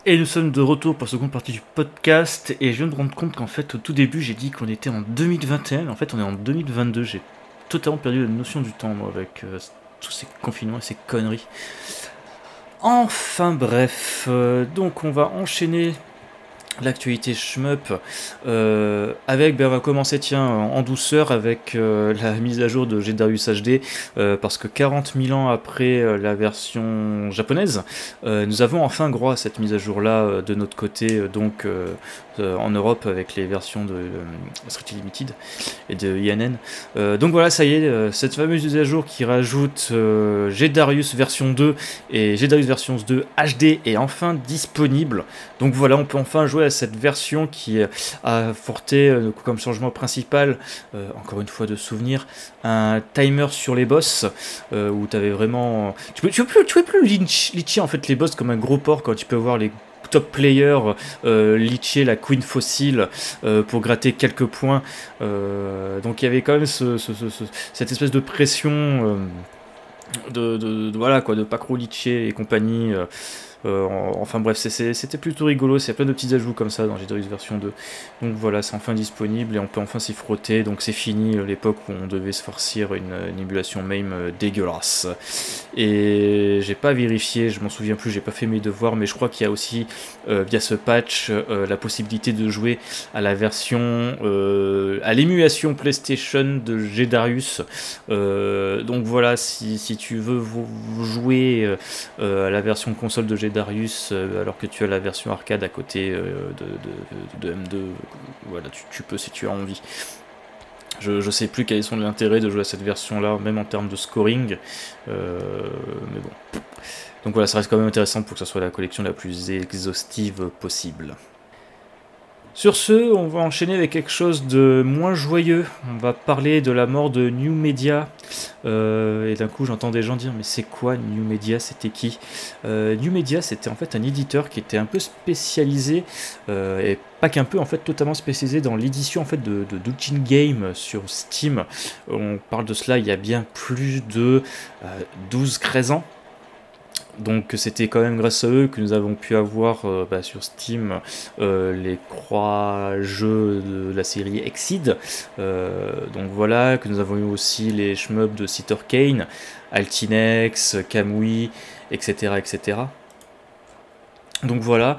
Et nous sommes de retour pour la seconde partie du podcast, et je viens de me rendre compte qu'en fait au tout début j'ai dit qu'on était en deux mille vingt et un, en fait on est en deux mille vingt-deux, j'ai totalement perdu la notion du temps moi, avec euh, tous ces confinements et ces conneries. Enfin bref, euh, donc on va enchaîner l'actualité shmup euh, avec, ben on va commencer tiens en douceur avec euh, la mise à jour de Gedarius H D euh, parce que quarante mille ans après euh, la version japonaise euh, nous avons enfin droit à cette mise à jour là euh, de notre côté euh, donc euh, euh, en Europe avec les versions de euh, Street Limited et de I N N euh, donc voilà, ça y est, euh, cette fameuse mise à jour qui rajoute euh, Gedarius version deux et Gedarius version deux H D est enfin disponible, donc voilà, on peut enfin jouer à cette version qui a apporté euh, comme changement principal, euh, encore une fois de souvenir, un timer sur les boss euh, où tu avais vraiment, tu peux, tu peux plus, tu peux plus litcher en fait les boss comme un gros porc quand tu peux voir les top players euh, litcher la queen fossile euh, pour gratter quelques points, euh, donc il y avait quand même ce, ce, ce, ce, cette espèce de pression euh, de, de, de voilà quoi, de pas trop litcher et compagnie. euh, Euh, enfin bref, c'est, c'est, c'était plutôt rigolo, c'est plein de petits ajouts comme ça dans Gedarius version deux. Donc voilà, c'est enfin disponible et on peut enfin s'y frotter. Donc c'est fini l'époque où on devait se farcir une, une émulation MAME dégueulasse. Et j'ai pas vérifié, je m'en souviens plus, j'ai pas fait mes devoirs, mais je crois qu'il y a aussi euh, via ce patch euh, la possibilité de jouer à la version, euh, à l'émulation PlayStation de Gedarius. Euh, donc voilà, si, si tu veux jouer euh, à la version console de Gedarius Darius, euh, alors que tu as la version arcade à côté euh, de, de, de, de M deux, voilà, tu, tu peux si tu as envie. Je, je sais plus quel est son intérêt de jouer à cette version là, même en termes de scoring, euh, mais bon. Donc voilà, ça reste quand même intéressant pour que ce soit la collection la plus exhaustive possible. Sur ce, on va enchaîner avec quelque chose de moins joyeux. On va parler de la mort de New Media. Euh, et d'un coup, j'entends des gens dire « Mais c'est quoi New Media ? C'était qui ?» euh, New Media, c'était en fait un éditeur qui était un peu spécialisé, euh, et pas qu'un peu, en fait, totalement spécialisé dans l'édition en fait, de, de Doujin Game sur Steam. On parle de cela il y a bien plus de euh, douze treize ans. Donc c'était quand même grâce à eux que nous avons pu avoir euh, bah, sur Steam euh, les trois jeux de la série Exceed. Euh, donc voilà, que nous avons eu aussi les shmups de Citor Kane, Altinex, Kamui, et cetera, et cetera. Donc voilà.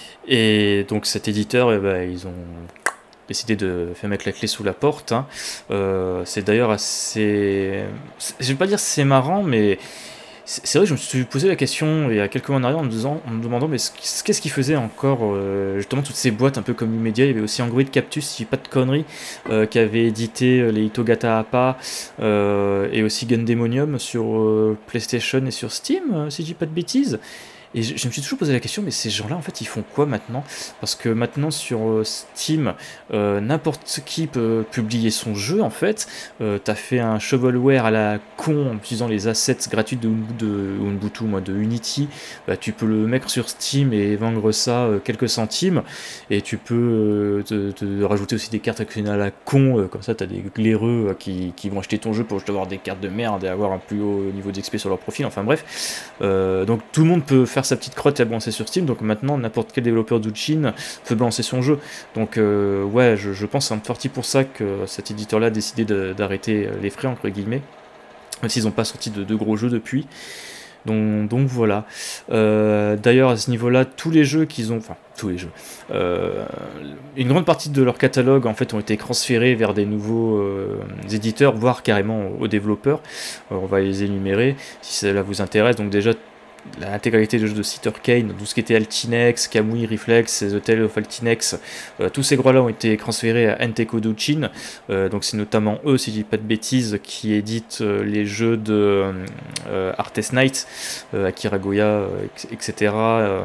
Et donc cet éditeur, eh ben, ils ont décidé de faire mettre la clé sous la porte. Hein. Euh, c'est d'ailleurs assez... Je vais pas dire c'est marrant, mais... C'est vrai que je me suis posé la question il y a quelques mois en arrière en me, disant, en me demandant mais qu'est-ce qu'ils faisaient encore euh, justement toutes ces boîtes un peu comme Numedia. Il y avait aussi Android Cactus, si pas de conneries, euh, qui avait édité les Hitogata Appa euh, et aussi Gundemonium sur euh, PlayStation et sur Steam, euh, si je dis pas de bêtises. Et je, je me suis toujours posé la question, mais ces gens-là, en fait, ils font quoi maintenant ? Parce que maintenant, sur euh, Steam, euh, n'importe qui peut publier son jeu, en fait. Euh, t'as fait un shovelware à la con en utilisant les assets gratuits de, de Ubuntu, moi, de Unity. Bah, tu peux le mettre sur Steam et vendre ça euh, quelques centimes. Et tu peux euh, te, te rajouter aussi des cartes à la con. Euh, comme ça, t'as des glaireux euh, qui, qui vont acheter ton jeu pour juste avoir des cartes de merde et avoir un plus haut niveau d'X P sur leur profil. Enfin bref. Euh, donc tout le monde peut faire sa petite crotte et balancer sur Steam, donc maintenant n'importe quel développeur d'Uchin peut balancer son jeu. Donc euh, ouais, je, je pense que c'est en partie pour ça que cet éditeur là a décidé de, d'arrêter les frais entre guillemets, même s'ils n'ont pas sorti de, de gros jeux depuis. Donc, donc voilà. Euh, d'ailleurs à ce niveau-là, tous les jeux qu'ils ont, enfin tous les jeux, euh, une grande partie de leur catalogue en fait ont été transférés vers des nouveaux euh, éditeurs, voire carrément aux développeurs. Alors, on va les énumérer si cela vous intéresse. Donc déjà l'intégralité des jeux de Citor Kane, tout ce qui était Altinex, Kamui, Reflex, The Tale of Altinex, euh, tous ces gros-là ont été transférés à Enteco Doujin. Euh, donc c'est notamment eux, si je dis pas de bêtises, qui éditent euh, les jeux de euh, Artist Knight, euh, Akira Goya, euh, et cetera. Euh,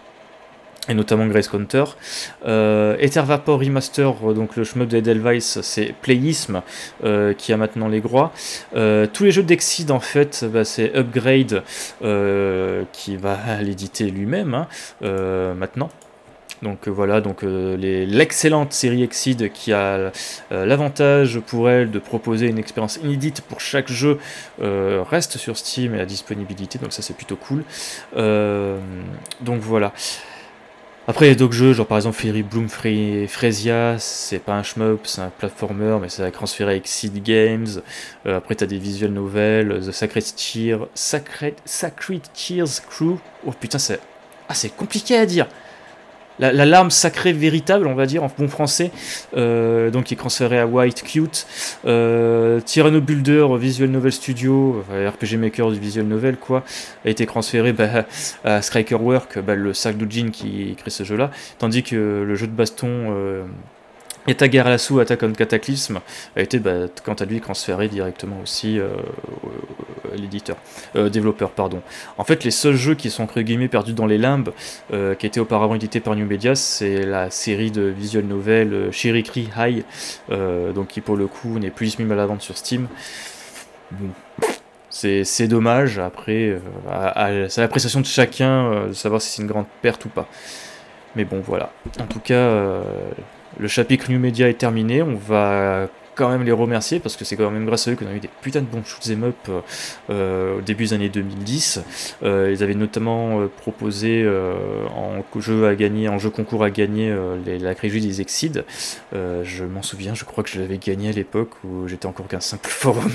et notamment Grace Counter. Euh, Ether Vapor Remaster, donc le shmup de Edelweiss, c'est Playism euh, qui a maintenant les droits. Euh, tous les jeux d'Exceed en fait, bah, c'est Upgrade euh, qui va l'éditer lui-même hein, euh, maintenant. Donc euh, voilà, donc euh, les, l'excellente série Exceed qui a euh, l'avantage pour elle de proposer une expérience inédite pour chaque jeu euh, reste sur Steam et à disponibilité, donc ça c'est plutôt cool. Euh, donc voilà. Après, il y a d'autres jeux, genre par exemple Fairy Bloom Fre- Fresia, c'est pas un shmup, c'est un platformer, mais c'est transféré avec Seed Games. Euh, après, t'as des visual novels, The Sacred Tears, Sacred, Sacred Tears Crew. Oh putain, c'est ah, c'est compliqué à dire. La, la larme sacrée véritable, on va dire en bon français, euh, donc qui est transféré à White Cute. Euh, Tyranno Builder Visual Novel Studio, enfin, R P G Maker du Visual Novel, quoi, a été transféré bah, à Strikerwork, bah, le sac d'Ujin qui crée ce jeu-là, tandis que le jeu de baston euh, Yata Lasso Attack on Cataclysm a été bah, quant à lui transféré directement aussi euh, à l'éditeur, euh, développeur pardon. En fait, les seuls jeux qui sont entre guillemets perdus dans les limbes, euh, qui étaient auparavant édités par New Media, c'est la série de visual novel euh, Shirikri High, euh, donc qui pour le coup n'est plus disponible à la vente sur Steam. Bon. C'est, c'est dommage, après, euh, à, à, c'est à l'appréciation de chacun euh, de savoir si c'est une grande perte ou pas. Mais bon, voilà. En tout cas, euh, le chapitre New Media est terminé. On va quand même les remercier parce que c'est quand même grâce à eux qu'on a eu des putains de bons shoot'em up euh, euh, au début des années deux mille dix. Euh, ils avaient notamment euh, proposé euh, en jeu à gagner, en jeu concours à gagner euh, les, la trilogie des Exceed. Euh, je m'en souviens, je crois que je l'avais gagné à l'époque où j'étais encore qu'un simple forumer.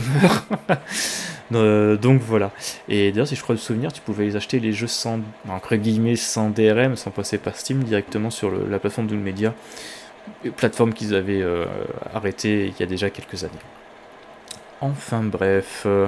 euh, donc voilà. Et d'ailleurs, si je crois me souvenir, tu pouvais les acheter les jeux sans, entre guillemets, sans D R M, sans passer par Steam, directement sur le, la plateforme de Media. Plateforme qu'ils avaient euh, arrêtée il y a déjà quelques années. Enfin bref, euh,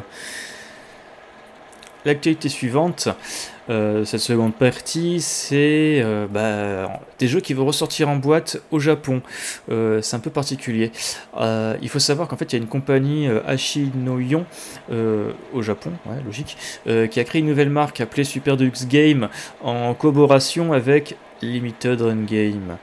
l'actualité suivante, euh, cette seconde partie, c'est euh, bah, des jeux qui vont ressortir en boîte au Japon. Euh, c'est un peu particulier. Euh, il faut savoir qu'en fait, il y a une compagnie euh, Ashinoyon euh, au Japon, ouais, logique, euh, qui a créé une nouvelle marque appelée Super Deluxe Game en collaboration avec Limited Run Game.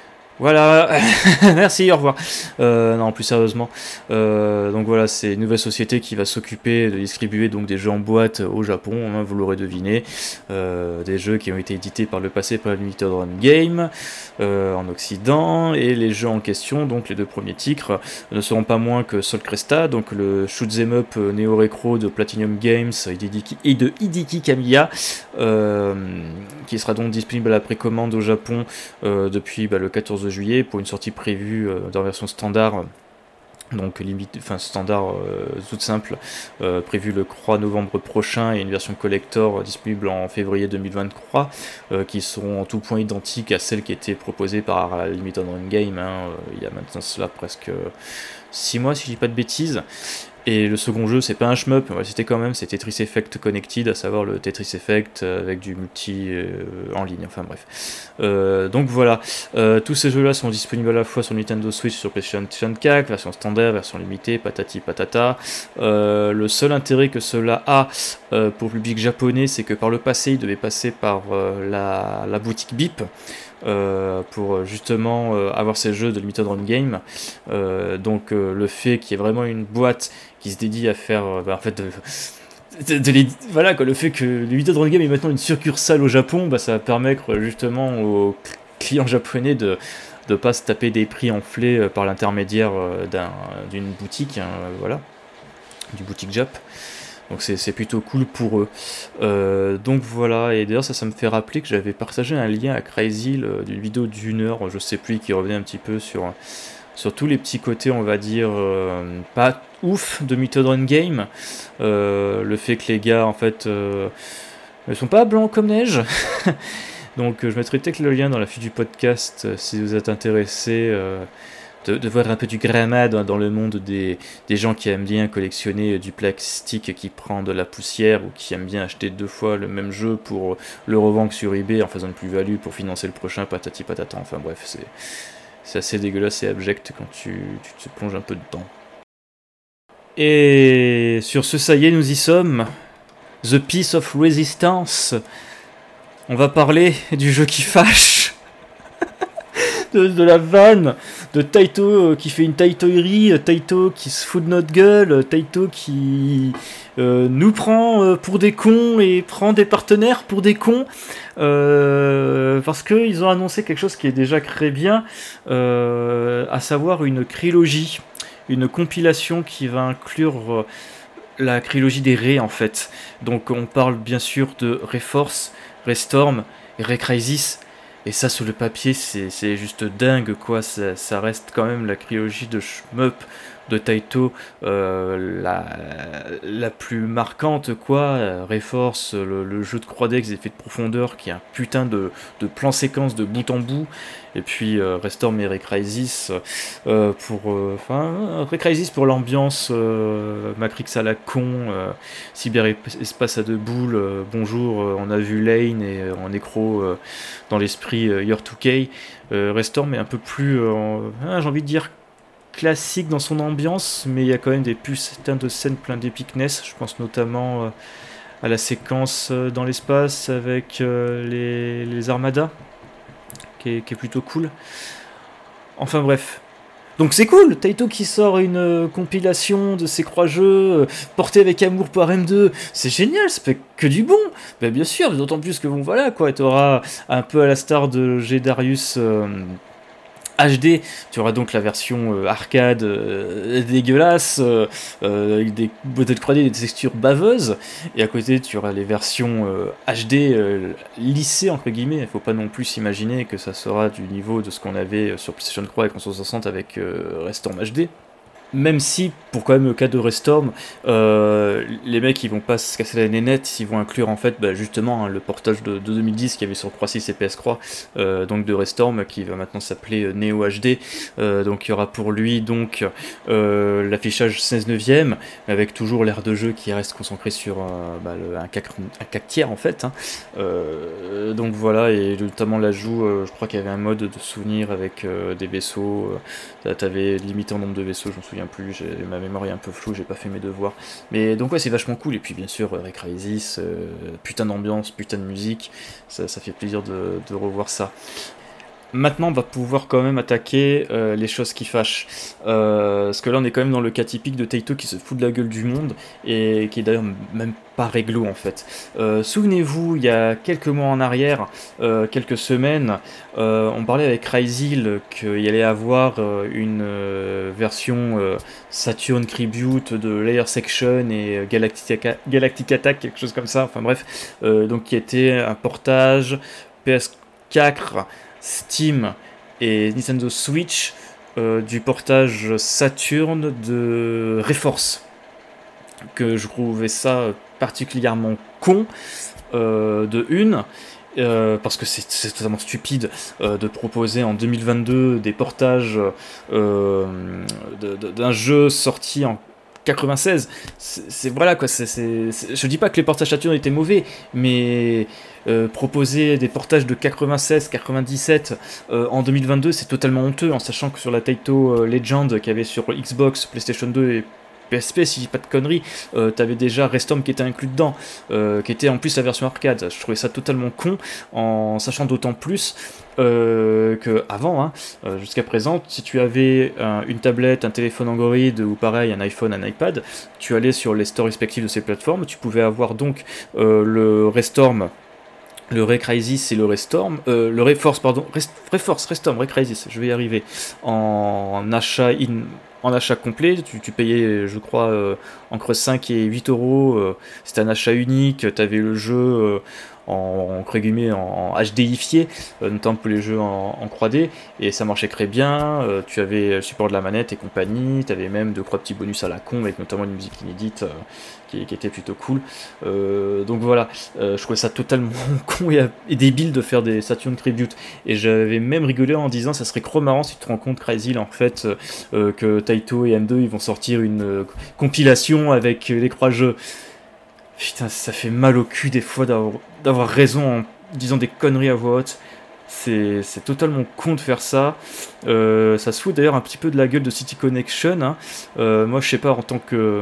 Voilà, merci, au revoir. Euh, non, plus sérieusement, euh, donc voilà, c'est une nouvelle société qui va s'occuper de distribuer donc des jeux en boîte au Japon, hein, vous l'aurez deviné, euh, des jeux qui ont été édités par le passé par Limited Run Game euh, en Occident, et les jeux en question, donc les deux premiers titres, ne seront pas moins que Sol Cresta, donc le shoot'em up Neo Recro de Platinum Games et de Hideki Kamiya, euh, qui sera donc disponible à la précommande au Japon euh, depuis bah, le quatorze juillet pour une sortie prévue euh, dans la version standard, donc limite, enfin standard euh, toute simple, euh, prévue le trois novembre prochain, et une version collector euh, disponible en février deux mille vingt-trois, euh, qui seront en tout point identiques à celles qui étaient proposées par la Limited Run Game, hein, euh, il y a maintenant cela presque six mois si je dis pas de bêtises. Et le second jeu, c'est pas un shmup, mais c'était quand même, c'est Tetris Effect Connected, à savoir le Tetris Effect avec du multi euh, en ligne, enfin bref. Euh, donc voilà, euh, tous ces jeux-là sont disponibles à la fois sur Nintendo Switch, sur PlayStation quatre, version standard, version limitée, patati patata. Euh, le seul intérêt que cela a euh, pour le public japonais, c'est que par le passé, il devait passer par euh, la, la boutique B I P. Euh, pour justement euh, avoir ces jeux de Limited Run Game, euh, donc euh, le fait qu'il y ait vraiment une boîte qui se dédie à faire euh, bah, en fait de, de, de les, voilà quoi, le fait que Limited Run Game est maintenant une succursale au Japon, bah, ça va permettre justement aux clients japonais de de pas se taper des prix enflés euh, par l'intermédiaire euh, d'un, d'une boutique, hein, voilà, du boutique Jap. Donc c'est, c'est plutôt cool pour eux. Euh, donc voilà, et d'ailleurs ça, ça me fait rappeler que j'avais partagé un lien à Crazy, euh, d'une vidéo d'une heure, je sais plus, qui revenait un petit peu sur, sur tous les petits côtés, on va dire, euh, pas ouf de Limited Run Game. Euh, le fait que les gars, en fait, euh, ne sont pas blancs comme neige. Donc euh, je mettrai peut-être le lien dans la fiche du podcast, euh, si vous êtes intéressé. Euh, De, de voir un peu du gramat dans, dans le monde des, des gens qui aiment bien collectionner du plastique qui prend de la poussière, ou qui aiment bien acheter deux fois le même jeu pour le revendre sur eBay en faisant une plus-value pour financer le prochain, patati patata. Enfin bref, c'est, c'est assez dégueulasse et abject quand tu, tu te plonges un peu dedans. Et sur ce, ça y est, nous y sommes. The Piece of Resistance. On va parler du jeu qui fâche. De, de la vanne, de Taito euh, qui fait une taitoerie, Taito qui se fout de notre gueule, Taito qui euh, nous prend euh, pour des cons et prend des partenaires pour des cons, euh, parce qu'ils ont annoncé quelque chose qui est déjà très bien, euh, à savoir une trilogie, une compilation qui va inclure euh, la trilogie des Ré en fait. Donc on parle bien sûr de Reforce, Restorm et Recrisis. Et ça, sur le papier, c'est, c'est juste dingue, quoi. Ça, ça reste quand même la trilogie de shmup de Taito euh, la, la plus marquante, quoi. Reforce, le, le jeu de croix avec des effets de profondeur qui est un putain de, de plan séquence de bout en bout. Et puis euh, Restorm et Recrisis euh, pour enfin euh, Recrisis pour l'ambiance, euh, Matrix à la con, euh, cyberespace à deux boules, euh, bonjour, euh, on a vu Lane et euh, en nécro euh, dans l'esprit euh, Year two K. euh, Restorm est un peu plus euh, ah, j'ai envie de dire classique dans son ambiance, mais il y a quand même des putains de scènes plein d'épicness. Je pense notamment euh, à la séquence euh, dans l'espace avec euh, les, les armadas qui est, qui est plutôt cool. Enfin bref. Donc c'est cool, Taito qui sort une euh, compilation de ses croix-jeux euh, portés avec amour par M deux, c'est génial, ça fait que du bon. Ben, bien sûr, d'autant plus que bon voilà quoi, tu auras un peu à la star de G. Darius euh, H D, tu auras donc la version euh, arcade euh, dégueulasse, euh, euh, avec des beautés de trois D et des textures baveuses, et à côté tu auras les versions euh, H D euh, lissées entre guillemets. Il faut pas non plus s'imaginer que ça sera du niveau de ce qu'on avait sur PlayStation trois et console soixante avec euh, Restorm H D. Même si, pour quand même le cas de Restorm, euh, les mecs ils vont pas se casser la nénette, ils vont inclure en fait bah, justement hein, le portage de, de deux mille dix qu'il y avait sur Croix six et P S trois, euh, donc de Restorm, qui va maintenant s'appeler euh, Neo H D. Euh, donc il y aura pour lui donc euh, l'affichage seize neuvième, avec toujours l'air de jeu qui reste concentré sur euh, bah, le, un quatre tiers en fait. Hein. Euh, donc voilà, et notamment l'ajout, euh, je crois qu'il y avait un mode de souvenir avec euh, des vaisseaux, euh, t'avais limité en nombre de vaisseaux, je m'en souviens plus, j'ai, ma mémoire est un peu floue, j'ai pas fait mes devoirs. Mais donc ouais, c'est vachement cool. Et puis bien sûr, Recrisis, euh, putain d'ambiance, putain de musique, ça, ça fait plaisir de, de revoir ça. Maintenant, on va pouvoir quand même attaquer euh, les choses qui fâchent. Euh, parce que là, on est quand même dans le cas typique de Taito qui se fout de la gueule du monde et qui est d'ailleurs même pas réglo en fait. Euh, souvenez-vous, il y a quelques mois en arrière, euh, quelques semaines, euh, on parlait avec Cryzil qu'il y allait avoir euh, une euh, version euh, Saturn Tribute de Layer Section et Galactic, Galactic Attack, quelque chose comme ça. Enfin bref, euh, donc qui était un portage P S quatre, Steam et Nintendo Switch euh, du portage Saturn de Reforce, que je trouvais ça particulièrement con euh, de une euh, parce que c'est, c'est totalement stupide euh, de proposer en deux mille vingt-deux des portages euh, de, de, d'un jeu sorti en quatre-vingt-seize. C'est, c'est voilà quoi. C'est, c'est, c'est, je dis pas que les portages Saturn étaient mauvais, mais euh, proposer des portages de quatre-vingt-seize, quatre-vingt-dix-sept euh, en deux mille vingt-deux, c'est totalement honteux, en sachant que sur la Taito euh, Legend qu'il y avait sur Xbox, PlayStation deux et P S P, si je dis pas de conneries, euh, t'avais déjà Restorm qui était inclus dedans, euh, qui était en plus la version arcade. Je trouvais ça totalement con, en sachant d'autant plus euh, que avant, hein, euh, jusqu'à présent, si tu avais un, une tablette, un téléphone Android ou pareil, un iPhone, un iPad, tu allais sur les stores respectifs de ces plateformes, tu pouvais avoir donc euh, le Restorm, le Recrisis et le Restorm, euh, le Reforce, pardon, Rest, Reforce, Restorm, Recrisis, je vais y arriver, en, en achat in, en achat complet, tu, tu payais, je crois, euh, entre cinq et huit euros, euh, c'était un achat unique, t'avais le jeu euh, en, entre guillemets, en, en H D-ifié, euh, notamment pour les jeux en, en trois D, et ça marchait très bien, euh, tu avais le support de la manette et compagnie, t'avais même deux trois petits bonus à la con, avec notamment une musique inédite, euh, qui, qui était plutôt cool, euh, donc voilà, euh, je trouvais ça totalement con et, et débile de faire des Saturn Tribute, et j'avais même rigolé en disant, ça serait trop marrant si tu te rends compte, Cryzil, en fait, euh, que Taito et M deux, ils vont sortir une euh, compilation avec les croix-jeux. Putain, ça fait mal au cul des fois d'avoir, d'avoir raison en disant des conneries à voix haute. C'est, c'est totalement con de faire ça. Euh, ça se fout d'ailleurs un petit peu de la gueule de City Connection. Hein. Euh, moi, je sais pas, en tant que,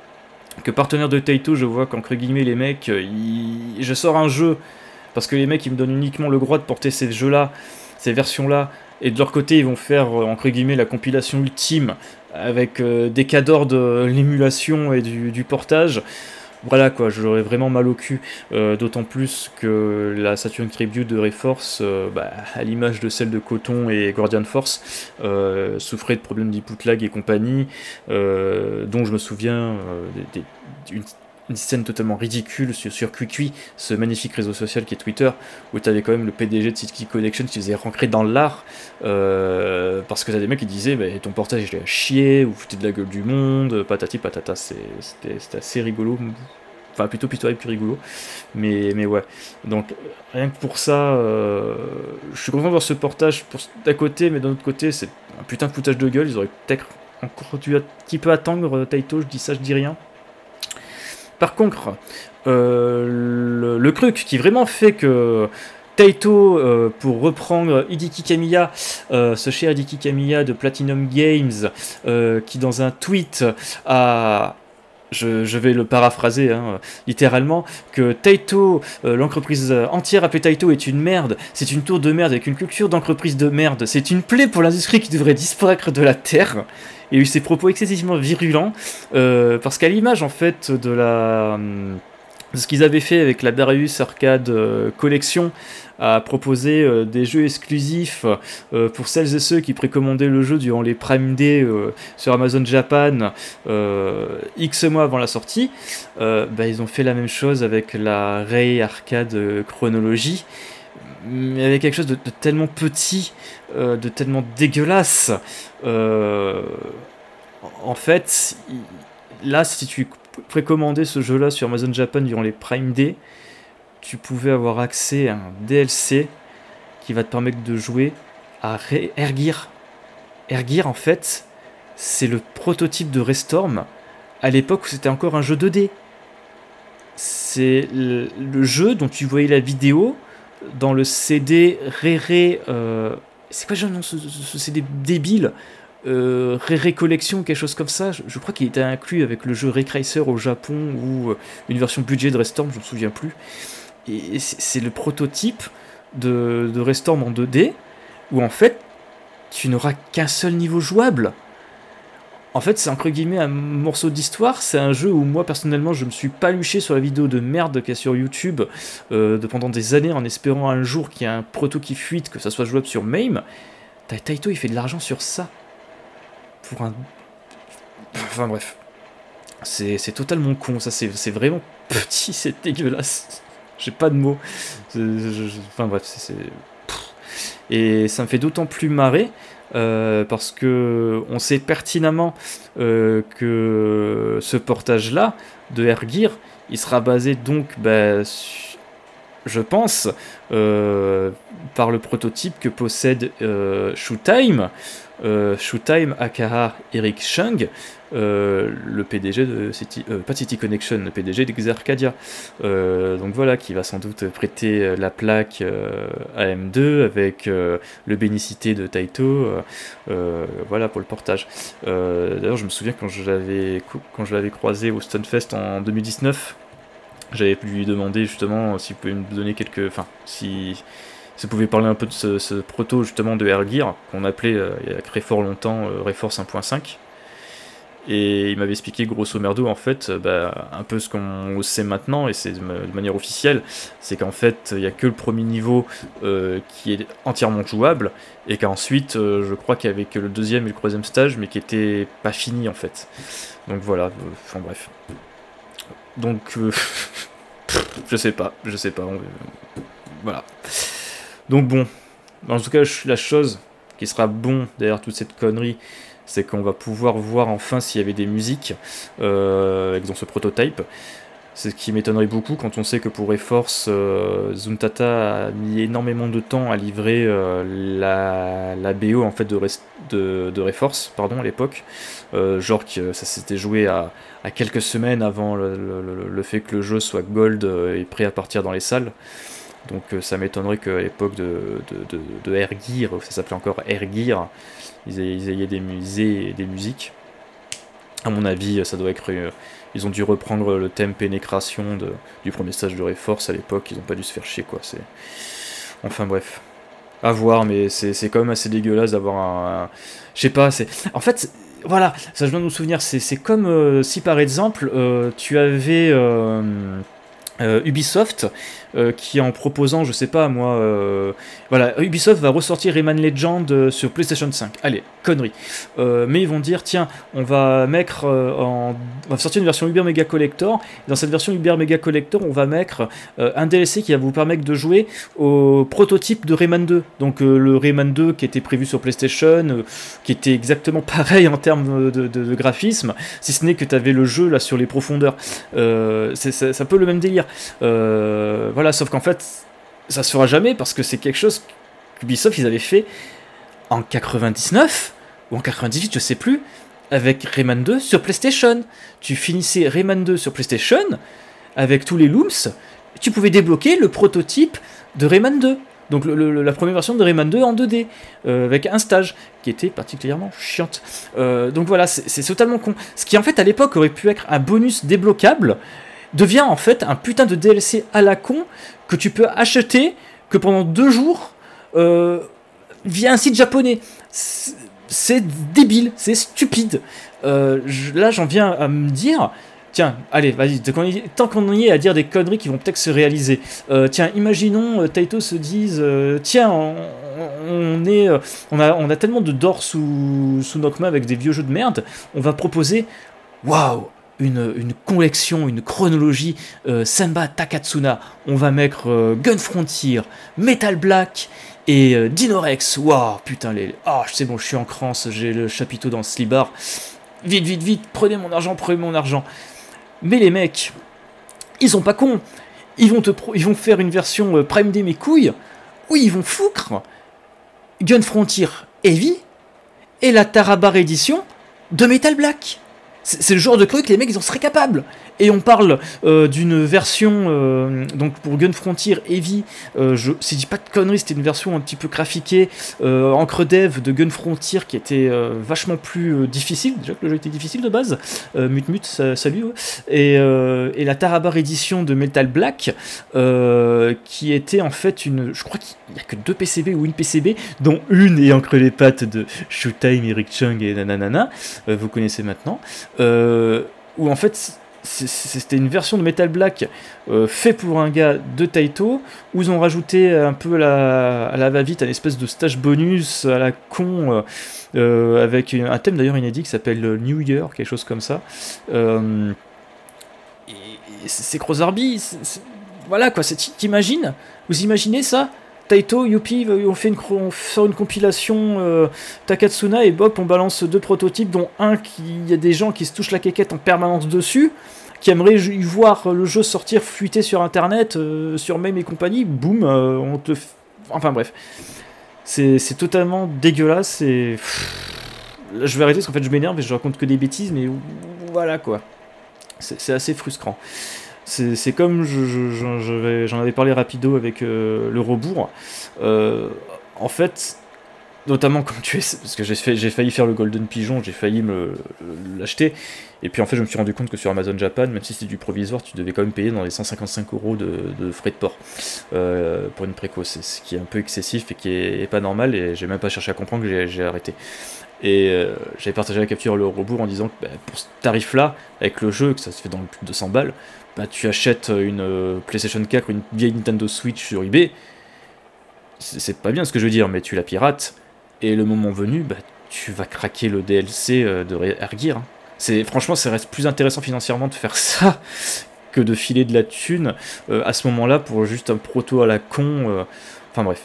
que partenaire de Taito, je vois qu'entre guillemets, les mecs, ils... je sors un jeu parce que les mecs, ils me donnent uniquement le droit de porter ces jeux-là, ces versions-là. Et de leur côté, ils vont faire, entre guillemets, la compilation ultime avec euh, des cadors de l'émulation et du, du portage. Voilà quoi, j'aurais vraiment mal au cul, euh, d'autant plus que la Saturn Tribute de Reforce, euh, bah, à l'image de celle de Coton et Guardian Force, euh, souffrait de problèmes d'input lag et compagnie, euh, dont je me souviens euh, des, des, une, une scène totalement ridicule sur, sur QuickQui, ce magnifique réseau social qui est Twitter, où tu avais quand même le P D G de City Connection qui faisait rentrer dans l'art, euh, parce que t'as des mecs qui disaient bah, ton portage il est à chier, vous foutez de la gueule du monde, patati patata, c'est, c'était, c'était assez rigolo, enfin plutôt pitoyable plus rigolo, mais, mais ouais, donc rien que pour ça, euh, je suis content de voir ce portage pour, d'un côté, mais d'un autre côté, c'est un putain de foutage de gueule, ils auraient peut-être encore dû un petit peu attendre Taito, je dis ça, je dis rien. Par contre, euh, le, le truc qui vraiment fait que Taito, euh, pour reprendre Hideki Kamiya, euh, ce cher Hideki Kamiya de Platinum Games, euh, qui dans un tweet a... Je, je vais le paraphraser hein, littéralement, que Taito, euh, l'entreprise entière appelée Taito est une merde, c'est une tour de merde avec une culture d'entreprise de merde, c'est une plaie pour l'industrie qui devrait disparaître de la terre. Il y a eu ces propos excessivement virulents, euh, parce qu'à l'image en fait de la... de ce qu'ils avaient fait avec la Darius Arcade euh, Collection, à proposer euh, des jeux exclusifs euh, pour celles et ceux qui précommandaient le jeu durant les Prime Day euh, sur Amazon Japan euh, X mois avant la sortie, euh, bah, ils ont fait la même chose avec la Ray Arcade Chronology, mais avec quelque chose de, de tellement petit, euh, de tellement dégueulasse. Euh, en fait, là, si tu précommandais ce jeu-là sur Amazon Japan durant les Prime Day, tu pouvais avoir accès à un D L C qui va te permettre de jouer à Airgear. Airgear, en fait, c'est le prototype de Restorm à l'époque où c'était encore un jeu deux D. C'est le, le jeu dont tu voyais la vidéo dans le C D Rere... Euh, c'est quoi le nom, ce, ce C D débile euh, Rere Collection ou quelque chose comme ça. Je, je crois qu'il était inclus avec le jeu Raycracer au Japon ou une version budget de Restorm, je ne me souviens plus. Et c'est le prototype de, de Restorm en deux D, où en fait, tu n'auras qu'un seul niveau jouable. En fait, c'est entre guillemets un morceau d'histoire, c'est un jeu où moi, personnellement, je me suis paluché sur la vidéo de merde qu'il y a sur YouTube euh, de pendant des années, en espérant un jour qu'il y ait un proto qui fuite, que ça soit jouable sur MAME. Taito, il fait de l'argent sur ça. Pour un... Enfin bref. C'est, c'est totalement con, ça, c'est, c'est vraiment petit, c'est dégueulasse. J'ai pas de mots. Je, je, je, enfin bref, c'est, c'est... Et ça me fait d'autant plus marrer euh, parce que on sait pertinemment euh, que ce portage-là de Airgear, il sera basé donc, bah, je pense, euh, par le prototype que possède euh, Showtime, euh, Showtime aka Eric Chung, euh, le P D G de City, euh, pas City Connection, le P D G d'Exarcadia. Euh, donc voilà, qui va sans doute prêter la plaque euh, A M deux avec euh, le bénicité de Taito, euh, euh, voilà pour le portage. Euh, d'ailleurs, je me souviens quand je l'avais quand je l'avais croisé au Stunfest en deux mille dix-neuf, j'avais pu lui demander justement s'il pouvait me donner quelques, enfin si ça pouvait parler un peu de ce, ce proto justement de Airgear qu'on appelait euh, il y a très fort longtemps euh, Reforce un point cinq. Et il m'avait expliqué grosso merdo en fait bah, un peu ce qu'on sait maintenant, et c'est de, ma- de manière officielle, c'est qu'en fait il n'y a que le premier niveau euh, qui est entièrement jouable, et qu'ensuite euh, je crois qu'il y avait que le deuxième et le troisième stage mais qui était pas fini en fait. Donc voilà, euh, enfin bref. Donc euh, je sais pas, je sais pas, on- voilà. Donc bon, en tout cas la chose qui sera bon derrière toute cette connerie, c'est qu'on va pouvoir voir enfin s'il y avait des musiques euh, dans ce prototype. C'est ce qui m'étonnerait beaucoup quand on sait que pour Reforce, euh, Zuntata a mis énormément de temps à livrer euh, la, la B O en fait de, Res- de, de Reforce pardon, à l'époque. Euh, genre que ça s'était joué à, à quelques semaines avant le, le- le fait que le jeu soit gold euh, et prêt à partir dans les salles. Donc euh, ça m'étonnerait qu'à l'époque de, de, de, de Airgear, ça s'appelait encore Airgear, ils aient, ils aient des, musées, des musiques. À mon avis, ça doit être... euh, ils ont dû reprendre le thème pénétration de, du premier stage de Reforce à l'époque, ils ont pas dû se faire chier, quoi. C'est... Enfin bref. À voir, mais c'est, c'est quand même assez dégueulasse d'avoir un... un- Je sais pas, c'est... En fait, voilà, ça je viens de me souvenir, c'est, c'est comme euh, si par exemple, euh, tu avais... euh, Euh, Ubisoft, euh, qui en proposant, je sais pas moi, euh, voilà, Ubisoft va ressortir Rayman Legend euh, sur PlayStation cinq. Allez, connerie. Euh, mais ils vont dire, tiens, on va mettre euh, en, on va sortir une version Uber Mega Collector. Et dans cette version Uber Mega Collector, on va mettre euh, un D L C qui va vous permettre de jouer au prototype de Rayman deux. Donc euh, le Rayman deux qui était prévu sur PlayStation, euh, qui était exactement pareil en termes de, de, de graphisme, si ce n'est que tu avais le jeu là sur les profondeurs. Euh, c'est, c'est, c'est un peu le même délire. Euh, voilà, sauf qu'en fait, ça se fera jamais parce que c'est quelque chose qu'Ubisoft ils avaient fait en quatre-vingt-dix-neuf ou en quatre-vingt-dix-huit, je sais plus, avec Rayman deux sur PlayStation. Tu finissais Rayman deux sur PlayStation avec tous les looms, tu pouvais débloquer le prototype de Rayman deux. Donc le, le, la première version de Rayman deux en deux D, euh, avec un stage, qui était particulièrement chiante. Euh, donc voilà, c'est, c'est totalement con. Ce qui en fait à l'époque aurait pu être un bonus débloquable, devient en fait un putain de D L C à la con, que tu peux acheter que pendant deux jours, euh, via un site japonais. C'est, c'est débile, c'est stupide. Euh, je, là j'en viens à me dire... Tiens, allez, vas-y, tant qu'on y est à dire des conneries qui vont peut-être se réaliser. Euh, tiens, imaginons, euh, Taito se dise, euh, tiens, on, on, est, euh, on, a, on a tellement de d'or sous, sous nos mains avec des vieux jeux de merde, on va proposer, waouh, une, une collection, une chronologie euh, Senba Takatsuna. On va mettre euh, Gun Frontier, Metal Black et euh, Dinorex. Waouh, putain, les... Ah, oh, c'est bon, je suis en crance, j'ai le chapiteau dans le slibard. Vite, vite, vite, prenez mon argent, prenez mon argent. Mais les mecs, ils sont pas cons. Ils vont, te pro- ils vont faire une version euh, Prime Day mes couilles, où ils vont foutre Gun Frontier Heavy et la Tarabar Edition de Metal Black. C'est, c'est le genre de truc, les mecs, ils en seraient capables. Et on parle euh, d'une version, euh, donc pour Gun Frontier Heavy, euh, je, si je dis pas de conneries, c'était une version un petit peu graphiquée, euh, encre dev de Gun Frontier qui était euh, vachement plus euh, difficile, déjà que le jeu était difficile de base, euh, Mut Mut, ça, salut, ouais. et, euh, et la Tarabar Edition de Metal Black, euh, qui était en fait une, je crois qu'il n'y a que deux P C B ou une P C B, dont une est encre les pattes de Showtime, Eric Chung et nanana, euh, vous connaissez maintenant, euh, où en fait... c'était une version de Metal Black euh, fait pour un gars de Taito, où ils ont rajouté un peu à la, à la va-vite un espèce de stage bonus à la con, euh, euh, avec un thème d'ailleurs inédit qui s'appelle New Year, quelque chose comme ça. Euh, et, et c'est Crozarby, c'est, c'est, voilà quoi, c'est, t'imagines, vous imaginez ça? Taito, youpi, on fait une, on fait une compilation euh, Takatsuna et Bop, on balance deux prototypes, dont un qui il y a des gens qui se touchent la quéquette en permanence dessus, qui aimeraient y voir le jeu sortir fuiter sur internet, euh, sur Meme et compagnie, boum, euh, on te. F... Enfin bref. C'est, c'est totalement dégueulasse et. Là, je vais arrêter parce qu'en fait je m'énerve et je raconte que des bêtises, mais voilà quoi. C'est, c'est assez frustrant. C'est, c'est comme je, je, je, je vais, j'en avais parlé rapido avec euh, le rebours. Euh, en fait, notamment quand tu es, parce que j'ai, fait, j'ai failli faire le Golden Pigeon, j'ai failli me l'acheter. Et puis en fait, je me suis rendu compte que sur Amazon Japan, même si c'est du provisoire, tu devais quand même payer dans les cent cinquante-cinq euros de, de frais de port euh, pour une préco. C'est ce qui est un peu excessif et qui est, est pas normal. Et j'ai même pas cherché à comprendre que j'ai, j'ai arrêté. Et euh, j'avais partagé la capture le rebours en disant que bah, pour ce tarif-là, avec le jeu, que ça se fait dans le plus de deux cents balles, bah, tu achètes une euh, PlayStation quatre ou une vieille Nintendo Switch sur eBay, c'est, c'est pas bien ce que je veux dire, mais tu la pirates, et le moment venu, bah, tu vas craquer le D L C euh, de Air Gear. Hein. C'est, franchement, ça reste plus intéressant financièrement de faire ça que de filer de la thune euh, à ce moment-là pour juste un proto à la con. Euh... Enfin bref.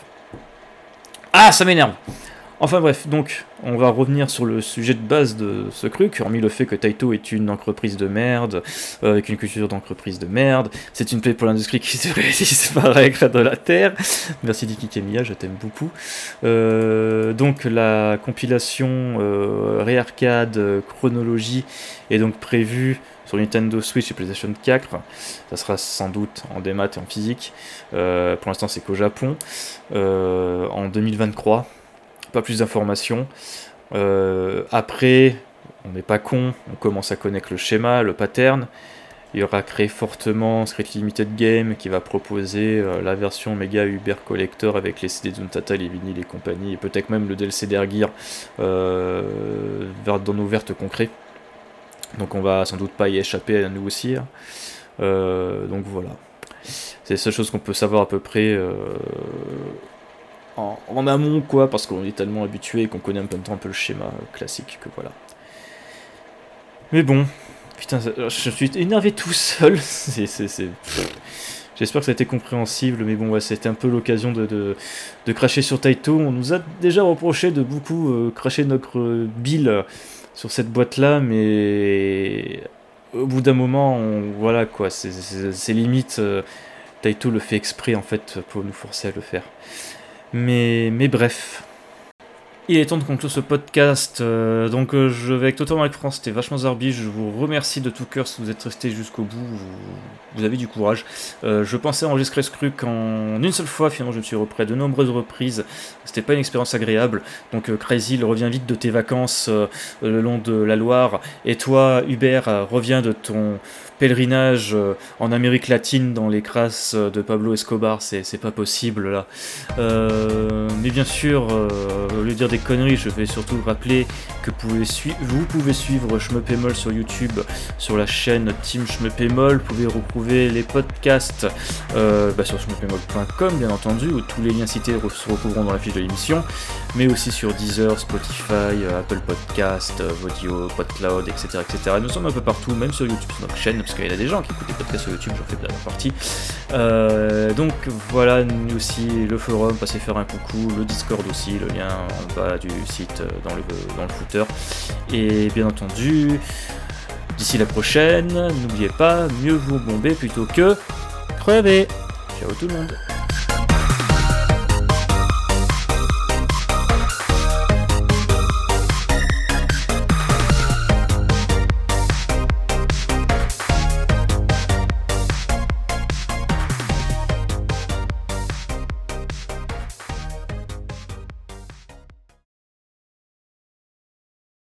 Ah, ça m'énerve! Enfin bref, donc, on va revenir sur le sujet de base de ce truc, hormis le fait que Taito est une entreprise de merde, euh, avec une culture d'entreprise de merde, c'est une plaie pour l'industrie qui devrait disparaître de la Terre. Merci Diki Kemiya, je t'aime beaucoup. Euh, donc la compilation euh, Re-Arcade euh, Chronologie est donc prévue sur Nintendo Switch et PlayStation quatre, ça sera sans doute en démat et en physique, euh, pour l'instant c'est qu'au Japon, euh, en deux mille vingt-trois. Pas plus d'informations. Euh, après, on n'est pas con, on commence à connaître le schéma, le pattern. Il y aura créé fortement Secret Limited Game qui va proposer euh, la version Mega Uber Collector avec les C D Zuntata, les vinyles et compagnie, et peut-être même le D L C d'Air Gear euh, dans nos vertes concrets. Donc on va sans doute pas y échapper à nous aussi. Hein. Euh, donc voilà. c'est la seule chose qu'on peut savoir à peu près euh, en, en amont, quoi, parce qu'on est tellement habitué et qu'on connaît en même temps un peu le schéma classique que voilà. Mais bon, putain, je suis énervé tout seul. c'est, c'est, c'est... J'espère que ça a été compréhensible, mais bon, ouais, c'était un peu l'occasion de, de, de cracher sur Taito. On nous a déjà reproché de beaucoup euh, cracher notre euh, bile sur cette boîte-là, mais au bout d'un moment, on, voilà quoi, c'est, c'est, c'est limite. Euh, Taito le fait exprès en fait pour nous forcer à le faire. Mais, mais bref. Il est temps de conclure ce podcast, euh, donc euh, je vais être totalement avec France, c'était vachement zarbi, je vous remercie de tout cœur si vous êtes restés jusqu'au bout, vous, vous avez du courage. Euh, je pensais enregistrer ce truc en une seule fois, finalement je me suis repris à de nombreuses reprises, c'était pas une expérience agréable, donc euh, Crazy, reviens vite de tes vacances euh, le long de la Loire, et toi Hubert, euh, reviens de ton pèlerinage euh, en Amérique latine dans les crasses de Pablo Escobar, c'est, c'est pas possible là. Euh, mais bien sûr, euh, au lieu de dire des conneries, je vais surtout rappeler que vous pouvez, sui- vous pouvez suivre Shmepémol sur YouTube, sur la chaîne Team Shmepémol. Vous pouvez retrouver les podcasts euh, bah sur shmepémol point com, bien entendu, où tous les liens cités se retrouveront dans la fiche de l'émission, mais aussi sur Deezer, Spotify, Apple Podcast, Audio, PodCloud, et cetera, et cetera. Nous sommes un peu partout, même sur YouTube, sur notre chaîne, parce qu'il y a des gens qui écoutent des podcasts sur YouTube, j'en fais la partie. Euh, donc voilà, nous aussi, le forum, passez faire un coucou, le Discord aussi, le lien en bas du site dans le, dans le footer. Et bien entendu, d'ici la prochaine, n'oubliez pas, mieux vous bomber plutôt que crever. Ciao tout le monde.